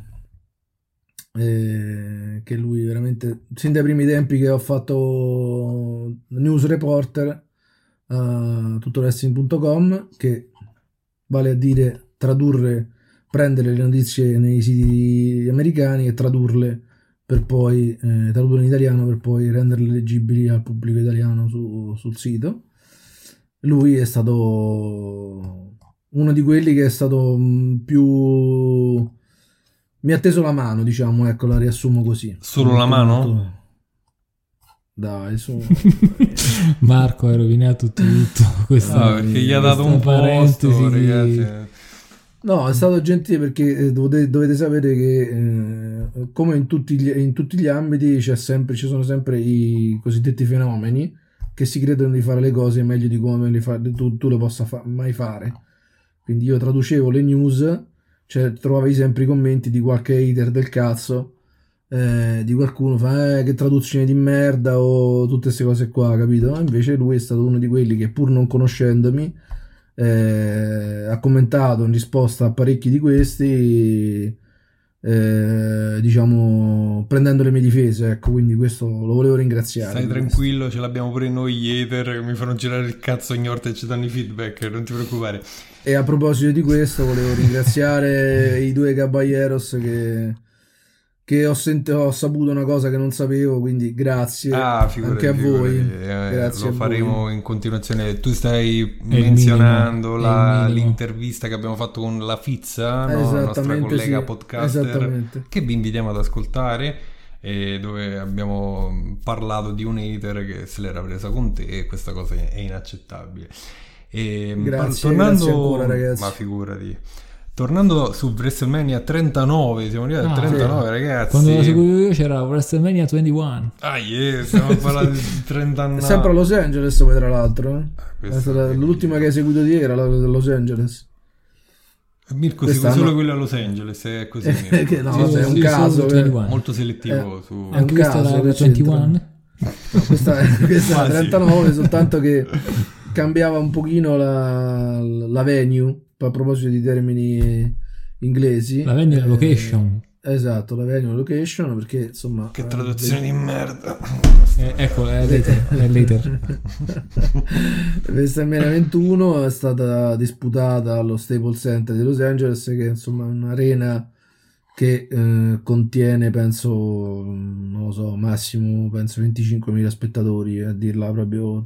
Che lui veramente, sin dai primi tempi che ho fatto news reporter a tuttovwrestling.com, che vale a dire prendere le notizie nei siti americani e tradurle in italiano per poi renderle leggibili al pubblico italiano sul sito. Lui è stato uno di quelli che è stato più... mi ha teso la mano, diciamo, ecco, la riassumo così. Solo la mano? Dai, su. Marco ha rovinato tutto questo. No, perché gli ha dato un posto, ragazzi. No, è stato gentile perché dovete sapere che come in tutti gli ambiti ci sono sempre i cosiddetti fenomeni che si credono di fare le cose meglio di come tu le possa mai fare. Quindi io traducevo le news, cioè trovavi sempre i commenti di qualche hater del cazzo, di qualcuno fa che traduzione di merda o tutte queste cose qua, capito? Invece lui è stato uno di quelli che, pur non conoscendomi, ha commentato in risposta a parecchi di questi, diciamo, prendendo le mie difese, ecco, quindi questo lo volevo ringraziare. Stai tranquillo, ce l'abbiamo pure noi gli hater che mi fanno girare il cazzo ogni volta e ci danno i feedback, non ti preoccupare. E a proposito di questo volevo ringraziare i 2 caballeros che ho saputo una cosa che non sapevo, quindi grazie anche a voi. Grazie, lo faremo voi. in continuazione. Tu stai menzionando l'intervista che abbiamo fatto con la Fizza, no? La nostra collega podcaster, che vi invitiamo ad ascoltare, dove abbiamo parlato di un hater che se l'era presa con te, e questa cosa è inaccettabile. Grazie ancora, ragazzi. Ma figurati. Tornando su WrestleMania 39, siamo arrivati a 39, sì. Ragazzi. Quando lo seguivo io c'era WrestleMania 21. Stiamo a parlare di 30 anni. Sempre a Los Angeles, poi, tra l'altro. L'ultima che hai seguito di era la Los Angeles. Mirko segue solo quella a Los Angeles, è così. Che no, è un caso molto selettivo su... Anche questa era la 21? No, questa è la 39, soltanto che cambiava un pochino la venue, a proposito di termini inglesi. La venue e la location. Esatto, la venue e la location, perché insomma... Che traduzione di merda. Ecco, è l'Ether. WrestleMania 21 è stata disputata allo Staples Center di Los Angeles, che insomma è un'arena che contiene, penso, non lo so, massimo penso 25.000 spettatori, a dirla proprio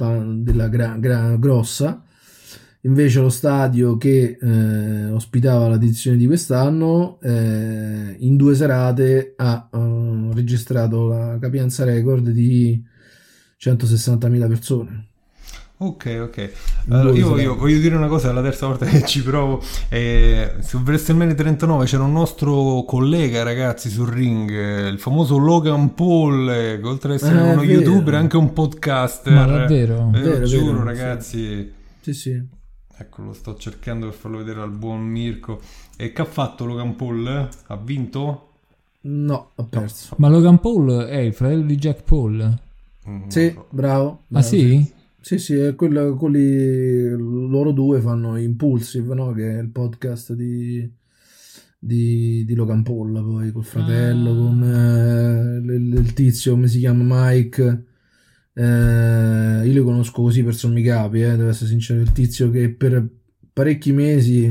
grossa. Invece lo stadio che ospitava l'edizione di quest'anno in 2 serate ha registrato la capienza record di 160.000 persone. Ok. Allora, io voglio dire una cosa, è la terza volta che ci provo. Su WrestleMania 39 c'era un nostro collega, ragazzi, sul ring, il famoso Logan Paul, che oltre ad essere uno youtuber è anche un podcaster. Ma davvero? Lo giuro, vero, ragazzi. Sì. Ecco, lo sto cercando per farlo vedere al buon Mirko. E che ha fatto Logan Paul? Ha vinto? No, ha perso. Ma Logan Paul è il fratello di Jack Paul? Sì, bravo. Ah sì? Sì, è quelli loro due fanno Impulsive, no? Che è il podcast di Logan Paul, poi col fratello, con il tizio, come si chiama, Mike. Io li conosco così per sommi capi, devo essere sincero. Il tizio che per parecchi mesi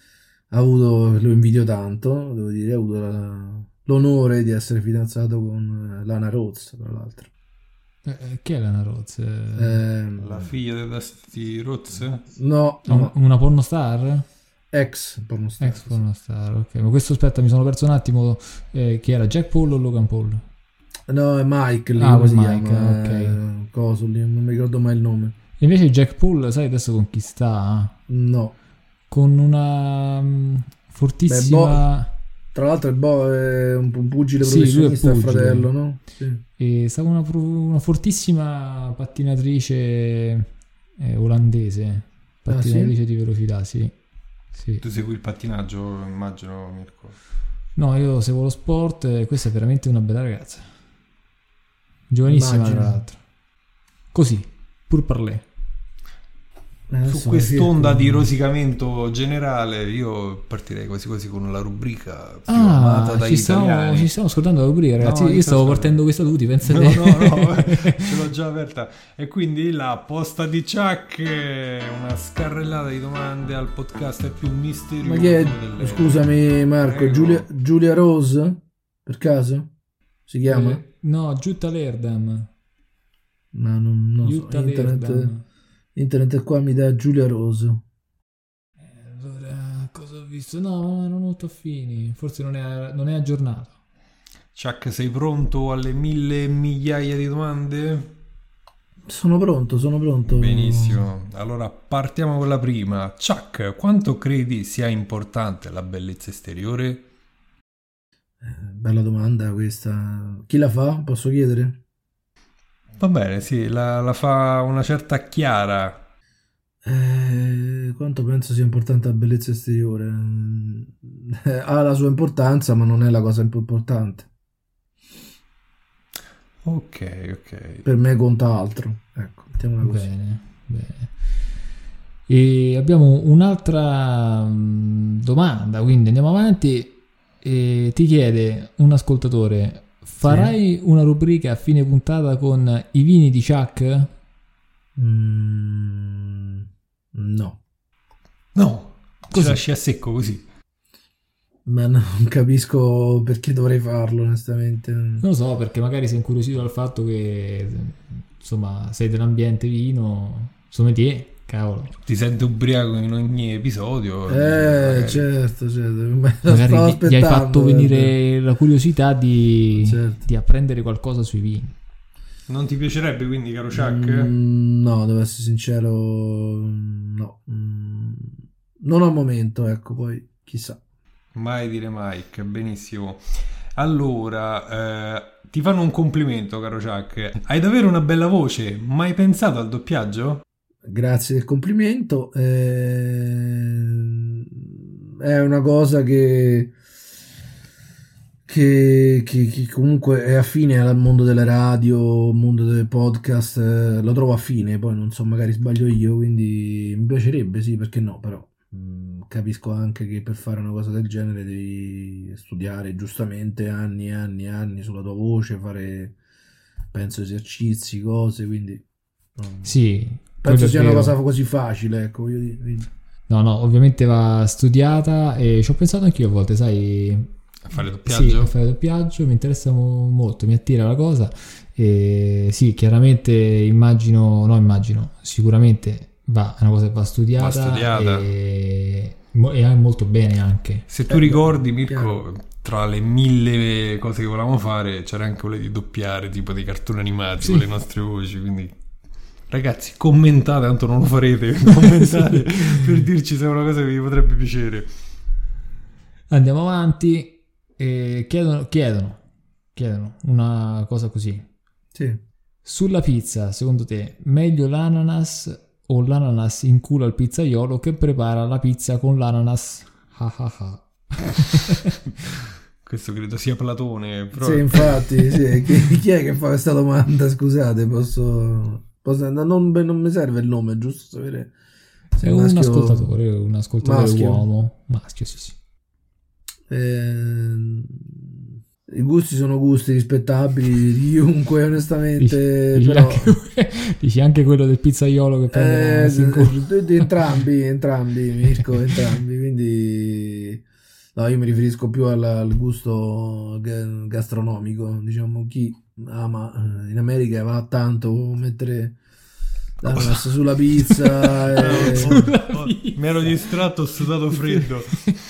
lo invidio tanto, devo dire, ha avuto l'onore di essere fidanzato con Lana Rhodes, tra l'altro. Chi è Lana Rhodes? La figlia di Dusty Rhodes? No. Una pornostar? Ex pornostar. Ok. Ma questo, aspetta, mi sono perso un attimo. Chi era, Jack Paul o Logan Paul? No, è Mike lì, come si Mike, chiama? Ok. Coso lì, non mi ricordo mai il nome. Invece Jack Paul, sai adesso con chi sta? No. Con una fortissima... Tra l'altro è un pugile professionista, il fratello, no? Sì. E stava una fortissima pattinatrice olandese, pattinatrice di velocità, sì. Tu segui il pattinaggio, immagino, Mirko? No, io seguo lo sport e questa è veramente una bella ragazza. Giovanissima, Immagino. tra l'altro. Così, pur parlé. Su quest'onda di rosicamento generale io partirei quasi quasi con la rubrica più amata dagli italiani. Ci stiamo ascoltando la rubrica, ragazzi. No, io stavo partendo questa tutti, pensate. No, ce l'ho già aperta. E quindi la posta di Chuck, una scarrellata di domande al podcast più misterioso. Ma chi è? Scusami Marco, Giulia Rose? Per caso? Si chiama? No, Jutta Lerdam. Ma non Jutta so, Lerdam. Internet qua mi dà Giulia Rose. Allora, cosa ho visto? No, erano molto affini. Forse non è aggiornato. Chuck, sei pronto alle 1000 migliaia di domande? Sono pronto. Benissimo. Allora partiamo con la prima. Chuck, quanto credi sia importante la bellezza esteriore? Bella domanda questa. Chi la fa? Posso chiedere? Va bene, sì, la fa una certa Chiara. Quanto penso sia importante la bellezza esteriore? Ha la sua importanza, ma non è la cosa più importante. Ok. Per me conta altro. Ecco, mettiamola così. Bene. E abbiamo un'altra domanda, quindi andiamo avanti. E ti chiede un ascoltatore: farai una rubrica a fine puntata con i vini di Chuck? No. Ci lasci a secco così. Ma non capisco perché dovrei farlo, onestamente. Non lo so, perché magari sei incuriosito dal fatto che insomma sei dell'ambiente vino, sommelier, cavolo. Ti senti ubriaco in ogni episodio. Certo. Magari gli hai fatto venire la curiosità di apprendere qualcosa sui vini. Non ti piacerebbe quindi, caro Chuck? No, devo essere sincero, no. Non al momento, ecco, poi chissà. Mai dire mai, che benissimo. Allora, ti fanno un complimento, caro Chuck. Hai davvero una bella voce. Mai pensato al doppiaggio? Grazie del complimento. È una cosa che comunque è affine al mondo delle radio, al mondo dei podcast, lo trovo affine, poi non so, magari sbaglio io, quindi mi piacerebbe, sì, perché no, però capisco anche che per fare una cosa del genere devi studiare giustamente anni e anni e anni sulla tua voce, fare penso esercizi, cose, quindi Sì, penso sia una vero. cosa così facile, ecco, voglio dire, quindi. No, ovviamente va studiata e ci ho pensato anch'io a volte, sai. A fare Sì, doppiaggio? a fare doppiaggio mi interessa molto, mi attira la cosa. E sì, chiaramente sicuramente è una cosa che va studiata, Va studiata. e è molto bene anche. Se tu ricordi, Mirko, chiaro. tra le 1000 cose che volevamo fare c'era anche quella di doppiare, tipo dei cartoni animati Sì. con le nostre voci, quindi ragazzi commentate, tanto non lo farete, commentate per dirci se è una cosa che vi potrebbe piacere. Andiamo avanti e chiedono una cosa così. Sì. Sulla pizza, secondo te, meglio l'ananas o l'ananas in culo al pizzaiolo che prepara la pizza con l'ananas? Ah ah ah. Questo credo sia Platone, però Sì, infatti, sì. Chi è che fa questa domanda? Scusate, non mi serve il nome, giusto sapere se È è un maschio- ascoltatore maschio. uomo, maschio, sì. I gusti sono gusti rispettabili di chiunque, onestamente, Dici però dici anche quello del pizzaiolo che prende l'ananas in culo. entrambi, Mirko, entrambi, quindi no, io mi riferisco più al gusto gastronomico, diciamo, chi ama, in America va tanto mettere l'ananas sulla pizza mi ero distratto, ho sudato freddo.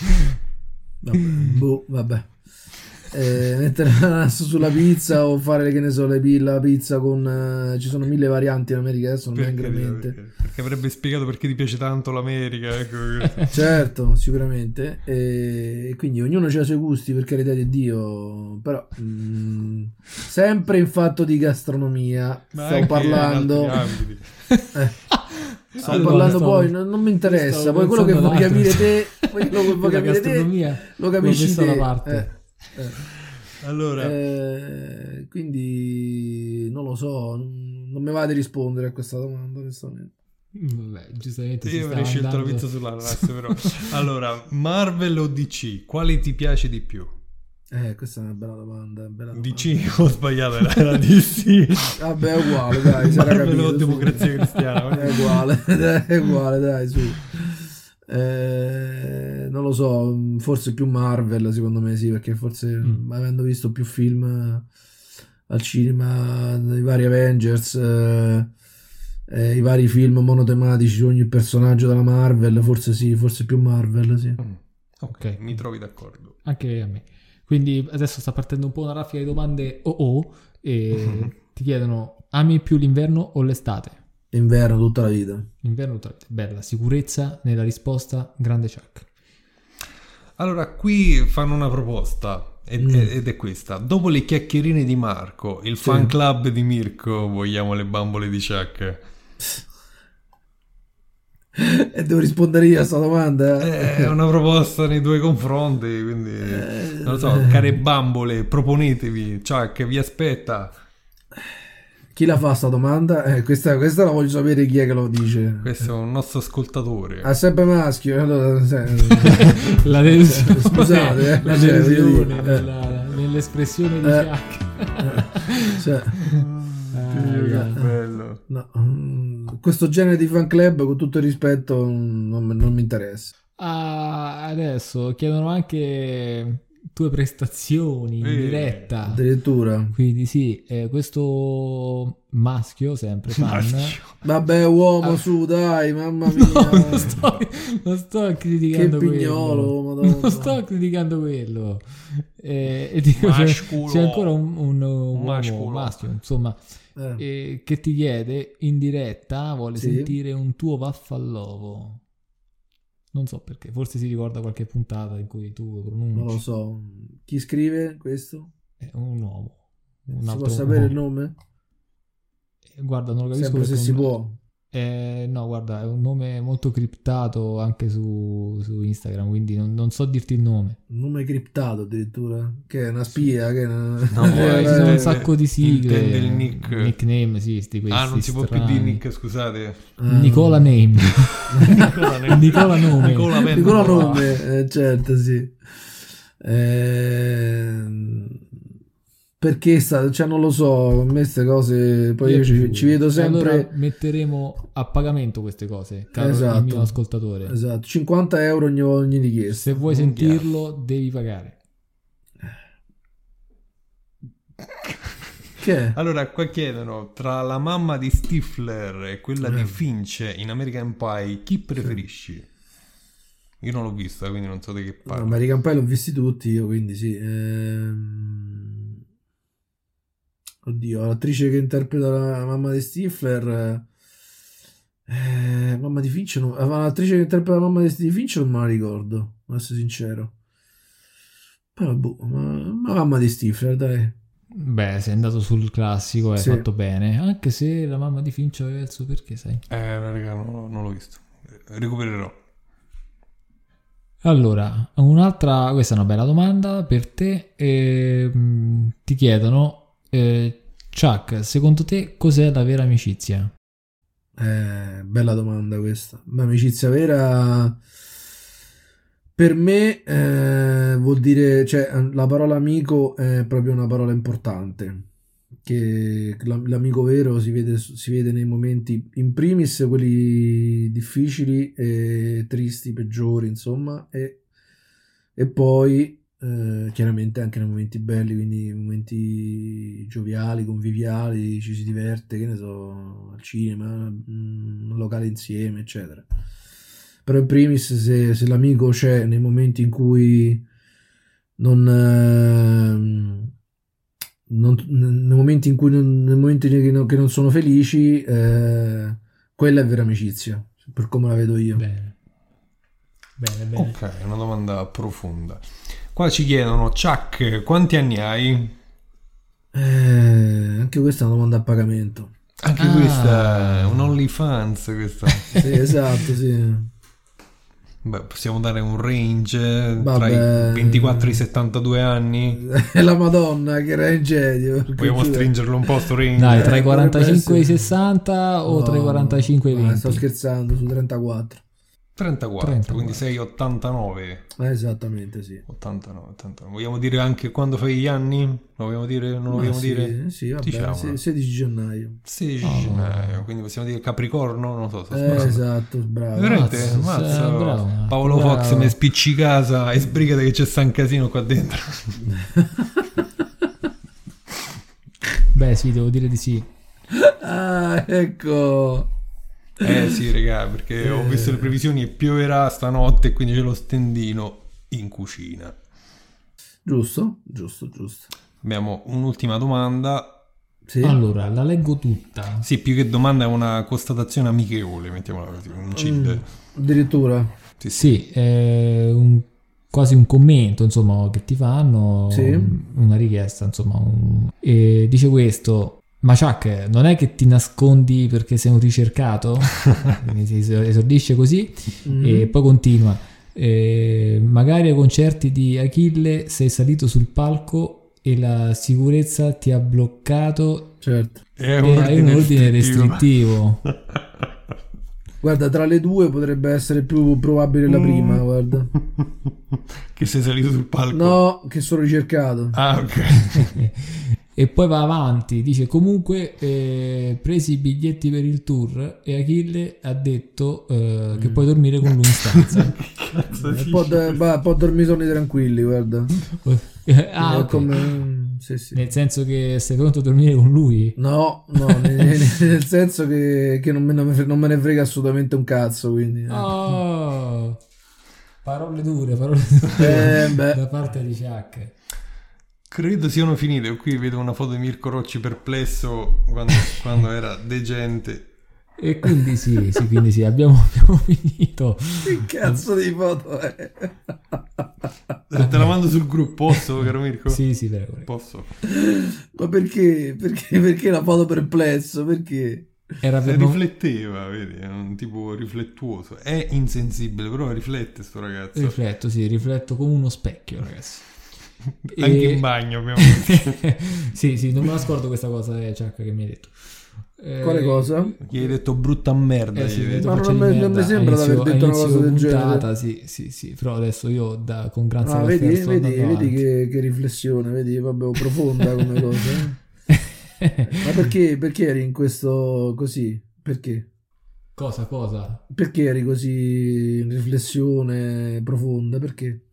vabbè. Mettere l'ananas sulla pizza o fare, che ne so, la pizza con ci sono 1000 varianti in America, adesso non mi vengono in mente. Perché avrebbe spiegato perché ti piace tanto l'America, ecco. Certo, sicuramente, e quindi ognuno ha i suoi gusti, per carità di Dio, però sempre in fatto di gastronomia Ma sto anche parlando in altri ambiti. sto Allora, parlando stavo- poi non mi interessa, stavo poi quello che pensando vuoi ad capire altro. te, poi quello che vuoi La capire te gastronomia lo capisci l'ho messa te. da parte. Allora, Quindi non lo so, non mi va di rispondere a questa domanda, onestamente. Vabbè, giustamente si io sta avrei scelto la andando. pizza sull'ananas, però. Allora, Marvel o DC? Quali ti piace di più? Questa è una bella domanda, DC ho sbagliato, era DC. Vabbè, è uguale, dai, si era Marvel o capito, su. Democrazia Cristiana? È uguale, dai, su. Non lo so, forse più Marvel, secondo me, sì, perché forse avendo visto più film al cinema, i vari Avengers, i vari film monotematici su ogni personaggio della Marvel, forse sì, forse più Marvel, sì. Ok, mi trovi d'accordo. Anche a me. Quindi adesso sta partendo un po' una raffica di domande e ti chiedono: ami più l'inverno o l'estate? Inverno tutta la vita. L'inverno tutta la vita. Bella sicurezza nella risposta, grande Chuck. Allora, qui fanno una proposta ed è questa. Dopo le chiacchierine di Marco, il fan club di Mirko, vogliamo le bambole di Chuck? E devo rispondere io a questa domanda? È una proposta nei tuoi confronti, quindi non lo so, care bambole, proponetevi, Chuck vi aspetta. Chi la fa sta domanda? Questa la voglio sapere chi è che lo dice. Questo è un nostro ascoltatore. È sempre maschio, allora, L'adesione, scusate, l'adesione voglio dire, nell'espressione di Chuck. cioè, Bello. no, questo genere di fan club, con tutto il rispetto, non mi interessa. Adesso chiedono anche tue prestazioni in diretta. Addirittura. Quindi sì, questo maschio, sempre fan. Vabbè, uomo, su, dai, mamma mia. Non sto criticando Che pignolo, quello. Madonna. Non sto criticando quello. E dico, c'è ancora un uomo masculo. maschio, insomma, che ti chiede in diretta, vuole sentire un tuo vaffallovo. Non so perché, forse si ricorda qualche puntata in cui tu lo pronunci. Non lo so. Chi scrive questo? È un uomo. Si può sapere il nome? Guarda, non lo capisco. Sempre se si può. No, guarda, è un nome molto criptato anche su Instagram, quindi non so dirti il nome. Un nome criptato addirittura? Che è una spia? Che è una... Ci sono un sacco di sigle. Intende il nick. Nickname, sì, Non si può più dire nick, scusate. Nicola Name. Nicola Nome. Nicola Nome, certo, sì. Perché cioè non lo so, a me queste cose, poi io ci vedo sempre. Allora metteremo a pagamento queste cose, caro il mio ascoltatore. Esatto, 50 euro ogni richiesta. Se vuoi sentirlo, devi pagare. Che è? Allora, qua chiedono, tra la mamma di Stifler e quella di Finch in American Pie, chi preferisci? Io non l'ho vista, quindi non so di che parlo. American Pie l'ho visti tutti io, quindi sì. Oddio, l'attrice che interpreta la mamma di Stifler, mamma di Finch, l'attrice che interpreta la mamma di Finch non me la ricordo, devo essere sincero. Però ma mamma di Stifler, dai. Beh, sei andato sul classico, hai fatto bene, anche se la mamma di Finch aveva il suo perché, sai. Raga, non l'ho visto. Recupererò. Allora, questa è una bella domanda per te. Ti chiedono, Chuck, secondo te cos'è la vera amicizia? Bella domanda questa. L'amicizia vera per me vuol dire, cioè la parola amico è proprio una parola importante, che l'amico vero si vede nei momenti, in primis quelli difficili e tristi, peggiori, insomma, e poi chiaramente anche nei momenti belli, quindi momenti gioviali, conviviali, ci si diverte, che ne so, al cinema, un locale insieme, eccetera. Però in primis se l'amico c'è nei momenti in cui nei momenti che non sono felici, quella è vera amicizia, per come la vedo io. Bene. Ok, una domanda profonda. Qua ci chiedono, Chuck, quanti anni hai? Anche questa è una domanda a pagamento. Anche questa è un OnlyFans, questa. Sì, esatto, sì. Beh, possiamo dare un range tra i 24 e i 72 anni. È la Madonna, che range. Vogliamo stringerlo un po' sto range? Dai, tra i 45 e i 60 o tra i 45 e i 20? Sto scherzando, su 34. 34, quindi sei 89. Esattamente, sì. 89. Vogliamo dire anche quando fai gli anni? Lo vogliamo dire? Non lo vogliamo dire? Sì, vabbè, diciamo. 16 gennaio. 16 gennaio, quindi possiamo dire Capricorno? Non so. Esatto, bravo. Veramente? Bravo. Paolo Fox mi spicci casa e sbrigate che c'è sta un casino qua dentro. Beh, sì, devo dire di sì. Ah, ecco. Sì, raga, perché ho visto le previsioni e pioverà stanotte e quindi c'è lo stendino in cucina. Giusto. Abbiamo un'ultima domanda. Sì. Allora, la leggo tutta. Sì, più che domanda è una constatazione amichevole, mettiamola così, un CID. Addirittura. Sì, quasi un commento, insomma, che ti fanno, una richiesta, insomma, e dice questo: ma Chuck, non è che ti nascondi perché sei un ricercato? Si esordisce così e poi continua. Magari ai concerti di Achille sei salito sul palco e la sicurezza ti ha bloccato. Certo. E hai un ordine restrittivo. Guarda, tra le due potrebbe essere più probabile la prima, guarda. Che sei salito sul palco? No, che sono ricercato. Ah, ok. E poi va avanti, dice comunque presi i biglietti per il tour e Achille ha detto che puoi dormire con lui in stanza. Può dormire sonni tranquilli, guarda. Okay. Sì. Nel senso che sei pronto a dormire con lui? No, nel senso che non me ne frega assolutamente un cazzo, quindi. Parole dure da parte di Chuck. Credo siano finite. Qui vedo una foto di Mirko Rocci perplesso quando era degente. E quindi sì, abbiamo finito. Che cazzo di foto è? Te la mando sul gruppo, posso, caro Mirko? Sì, prego. Posso. Ma perché? Perché la foto perplesso? Perché? Rifletteva, vedi, è un tipo riflettuoso. È insensibile, però riflette sto ragazzo. Rifletto come uno specchio, ragazzi. Anche in bagno abbiamo detto. sì, non me la scordo questa cosa, Chuck, che mi hai detto. Quale cosa? Gli hai detto brutta merda. Sì, gli hai detto. Ma non mi sembra di aver detto una cosa del genere. Sì, però adesso io con Grazia vedi che riflessione, vedi, vabbè, profonda come cosa. Ma perché eri in questo così? Perché? Cosa? Perché eri così in riflessione profonda? Perché?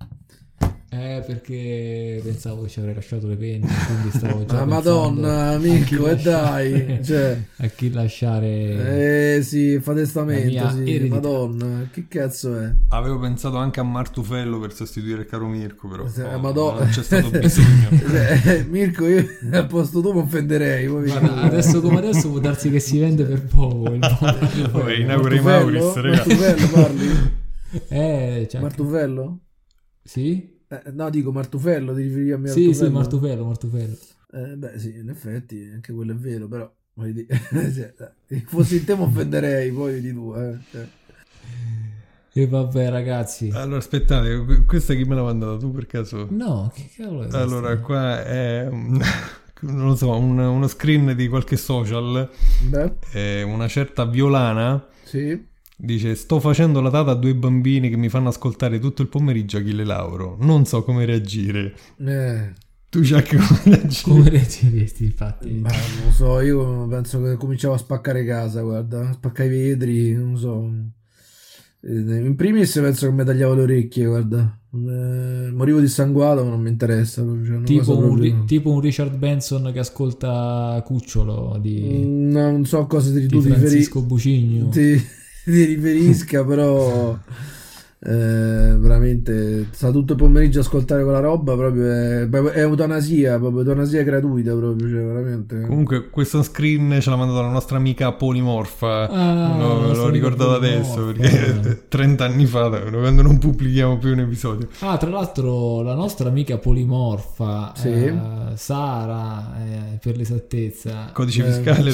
Perché pensavo che ci avrei lasciato le penne, quindi stavo già Madonna, amico, e dai, cioè, a chi lasciare sì, fa testamento, sì, eredità. Madonna, che cazzo è? Avevo pensato anche a Martufello per sostituire il caro Mirko, però Madonna. non c'è stato bisogno. Mirko, io al posto tuo mi offenderei. Guarda, adesso come adesso può darsi che si vende per poco il inaugura i Mauris, ragazzi. Martufello parli? Cioè, Martufello? Sì? No, dico Martufello, ti riferivi a me? Sì, Martufello. Beh, sì, in effetti, anche quello è vero, però voglio dire, se fossi in te mi offenderei, poi di tu, cioè. E vabbè, ragazzi. Allora, aspettate, questa chi me l'ha mandata? Tu per caso? No, che cavolo è allora, qua è non lo so, uno screen di qualche social. Beh. Una certa Violana. Sì. Dice: sto facendo la tata a 2 bambini che mi fanno ascoltare tutto il pomeriggio Achille Lauro. Non so come reagire. Tu c'hai come reagire? Come reagiresti, infatti? Non lo so, io penso che cominciavo a spaccare casa, guarda, a spaccare i vetri, non so. In primis penso che mi tagliavo le orecchie, guarda. Morivo dissanguato, ma non mi interessa. Cioè, tipo un Richard Benson che ascolta Cucciolo di non so cosa ti Francisco Bucigno. Ti riferisca, però veramente sta tutto il pomeriggio a ascoltare quella roba, proprio è eutanasia gratuita, proprio, cioè, veramente. Comunque questo screen ce l'ha mandato la nostra amica Polimorfa, l'ho ricordato adesso perché 30 anni fa, quando non pubblichiamo più un episodio. Tra l'altro la nostra amica Polimorfa, sì. Sara, per l'esattezza, codice fiscale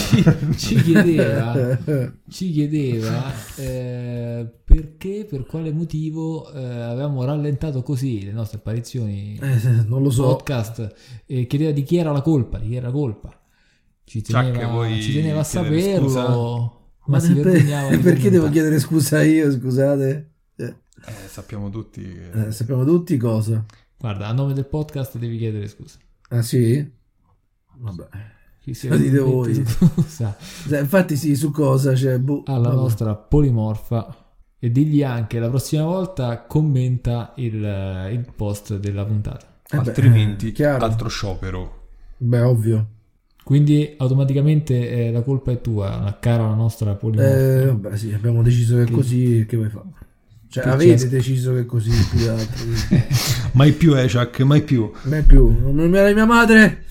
ci chiedeva perché, per quale motivo avevamo rallentato così le nostre apparizioni non lo so, podcast, e chiedeva di chi era la colpa, ci teneva a saperlo, ma si vergognava perché devo chiedere scusa io, scusate? Sappiamo tutti cosa. Guarda, a nome del podcast devi chiedere scusa. Ah sì? Vabbè, lo dite voi. Infatti sì, su cosa? Alla nostra Polimorfa. E digli anche la prossima volta commenta il post della puntata. Altrimenti altro sciopero. Beh, ovvio. Quindi automaticamente la colpa è tua, cara la nostra Polimorfa. Vabbè, sì, abbiamo deciso che è così, che vuoi fare? Cioè, avete deciso che è così, più di altro. Mai più, Chuck, mai più. Non era mia madre.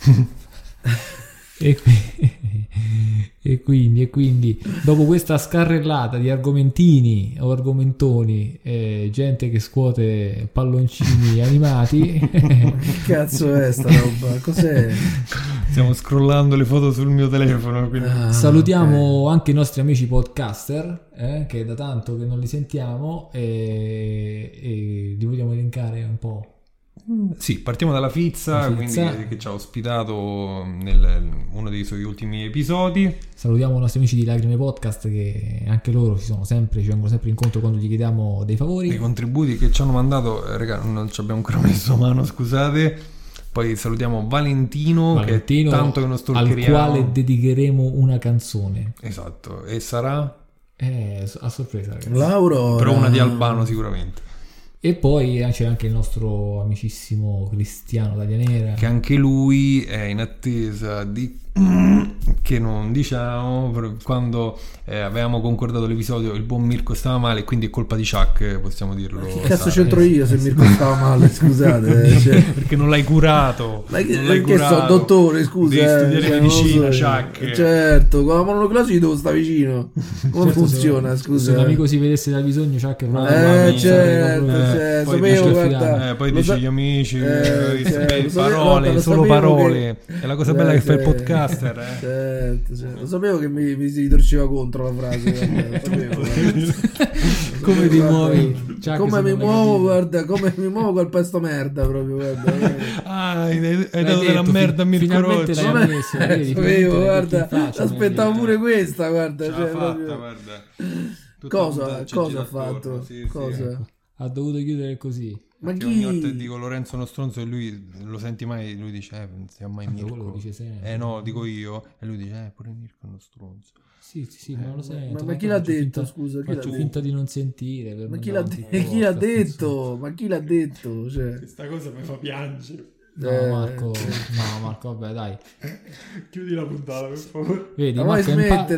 E quindi dopo questa scarrellata di argomentini o argomentoni, gente che scuote palloncini animati, che cazzo è sta roba? Cos'è? Stiamo scrollando le foto sul mio telefono, quindi. Salutiamo anche i nostri amici podcaster, che è da tanto che non li sentiamo, e li vogliamo elencare un po'. Sì, partiamo dalla Fizza, quindi, che ci ha ospitato in uno dei suoi ultimi episodi. Salutiamo i nostri amici di Lacrime Podcast, che anche loro ci vengono sempre incontro quando gli chiediamo dei favori. I contributi che ci hanno mandato, raga, non ci abbiamo ancora messo mano, scusate. Poi salutiamo Valentino, che è tanto che non stalkeriamo, al quale dedicheremo una canzone. Esatto, e sarà? A sorpresa, ragazzi. Lauro, però una di Albano sicuramente. E poi c'è anche il nostro amicissimo Cristiano Taglianera, che anche lui è in attesa di che non diciamo, quando avevamo concordato l'episodio il buon Mirko stava male, quindi è colpa di Chuck, possiamo dirlo. Che cazzo c'entro io se Mirko stava male, scusate, cioè. Perché non l'hai curato, perché sono dottore, scusa, devi studiare medicina, Chuck. Certo, con la mononucleosi devo stare vicino. Come funziona, scusa? Se un amico si vedesse dal bisogno, Chuck poi dici gli amici, parole, solo parole. È la cosa bella che fa il podcaster, Certo. Lo sapevo che mi si ritorceva contro la frase. Lo sapevo, come ti muovi? Come mi muovo, guarda, come mi muovo col pesto merda proprio, guarda. Hai dato della merda a Mirko Rocci. Sapevo, guarda, aspettavo pure questa, guarda. Ce l'ha fatta, guarda. Cosa ha fatto? Cosa? Ha dovuto chiudere così. Ma chi? Ogni volta dico Lorenzo è uno stronzo e lui lo senti mai, lui dice non si chiama mai Mirko. No, dico io e lui dice pure Mirko è uno stronzo. Sì, ma lo sento. Ma chi l'ha detto, scusa? Faccio finta di non sentire. Ma chi l'ha detto? Ma chi l'ha detto? Cioè... Questa cosa mi fa piangere. No, Marco, vabbè, dai. Chiudi la puntata, per favore. Vedi, Marco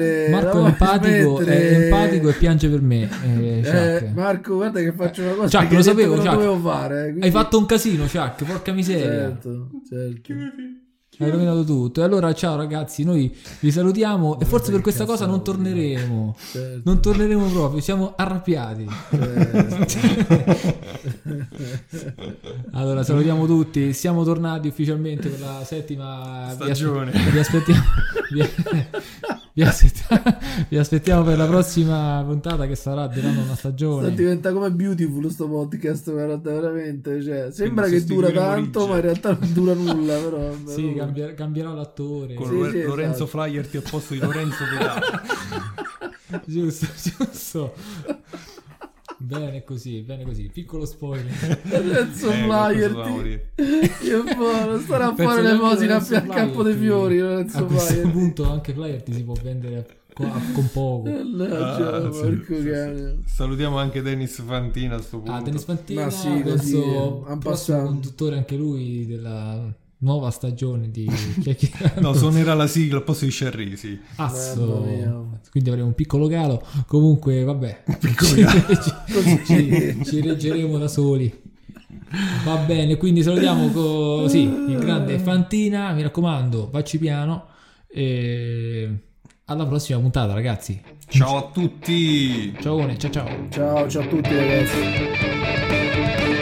è empatico e piange per me. Marco, guarda che faccio una cosa Chuck, che lo sapevo, non Chuck. dovevo fare. Quindi... Hai fatto un casino, Chuck, porca miseria. Certo. Hai rovinato tutto. E allora ciao ragazzi, noi vi salutiamo e forse per questa cosa non torneremo. Certo. Non torneremo proprio, siamo arrabbiati. Allora salutiamo tutti, siamo tornati ufficialmente per la 7ª stagione. Vi aspettiamo per la prossima puntata che sarà durando una stagione. Diventa come Beautiful sto podcast, veramente, cioè, sembra che dura tanto ma in realtà non dura nulla, però sì, cambierà l'attore con Lorenzo esatto. Flaherty al posto di Lorenzo Pelà. giusto. Bene così, piccolo spoiler. Lorenzo Flaherty, io non starò a fare l'emosina a Campo dei Fiori. Lorenzo a questo punto anche Flaherty si può vendere con poco. Salutiamo anche Dennis Fantina a sto punto. Dennis Fantina, sì, penso prossimo conduttore anche lui della nuova stagione di no, suonerà la sigla al posto di Scerrisi. Quindi avremo un piccolo calo. Comunque vabbè, ci reggeremo da soli. Va bene, quindi salutiamo così il grande Fantina, mi raccomando, vacci piano e alla prossima puntata, ragazzi. Ciao a tutti. Ciao a tutti, ragazzi.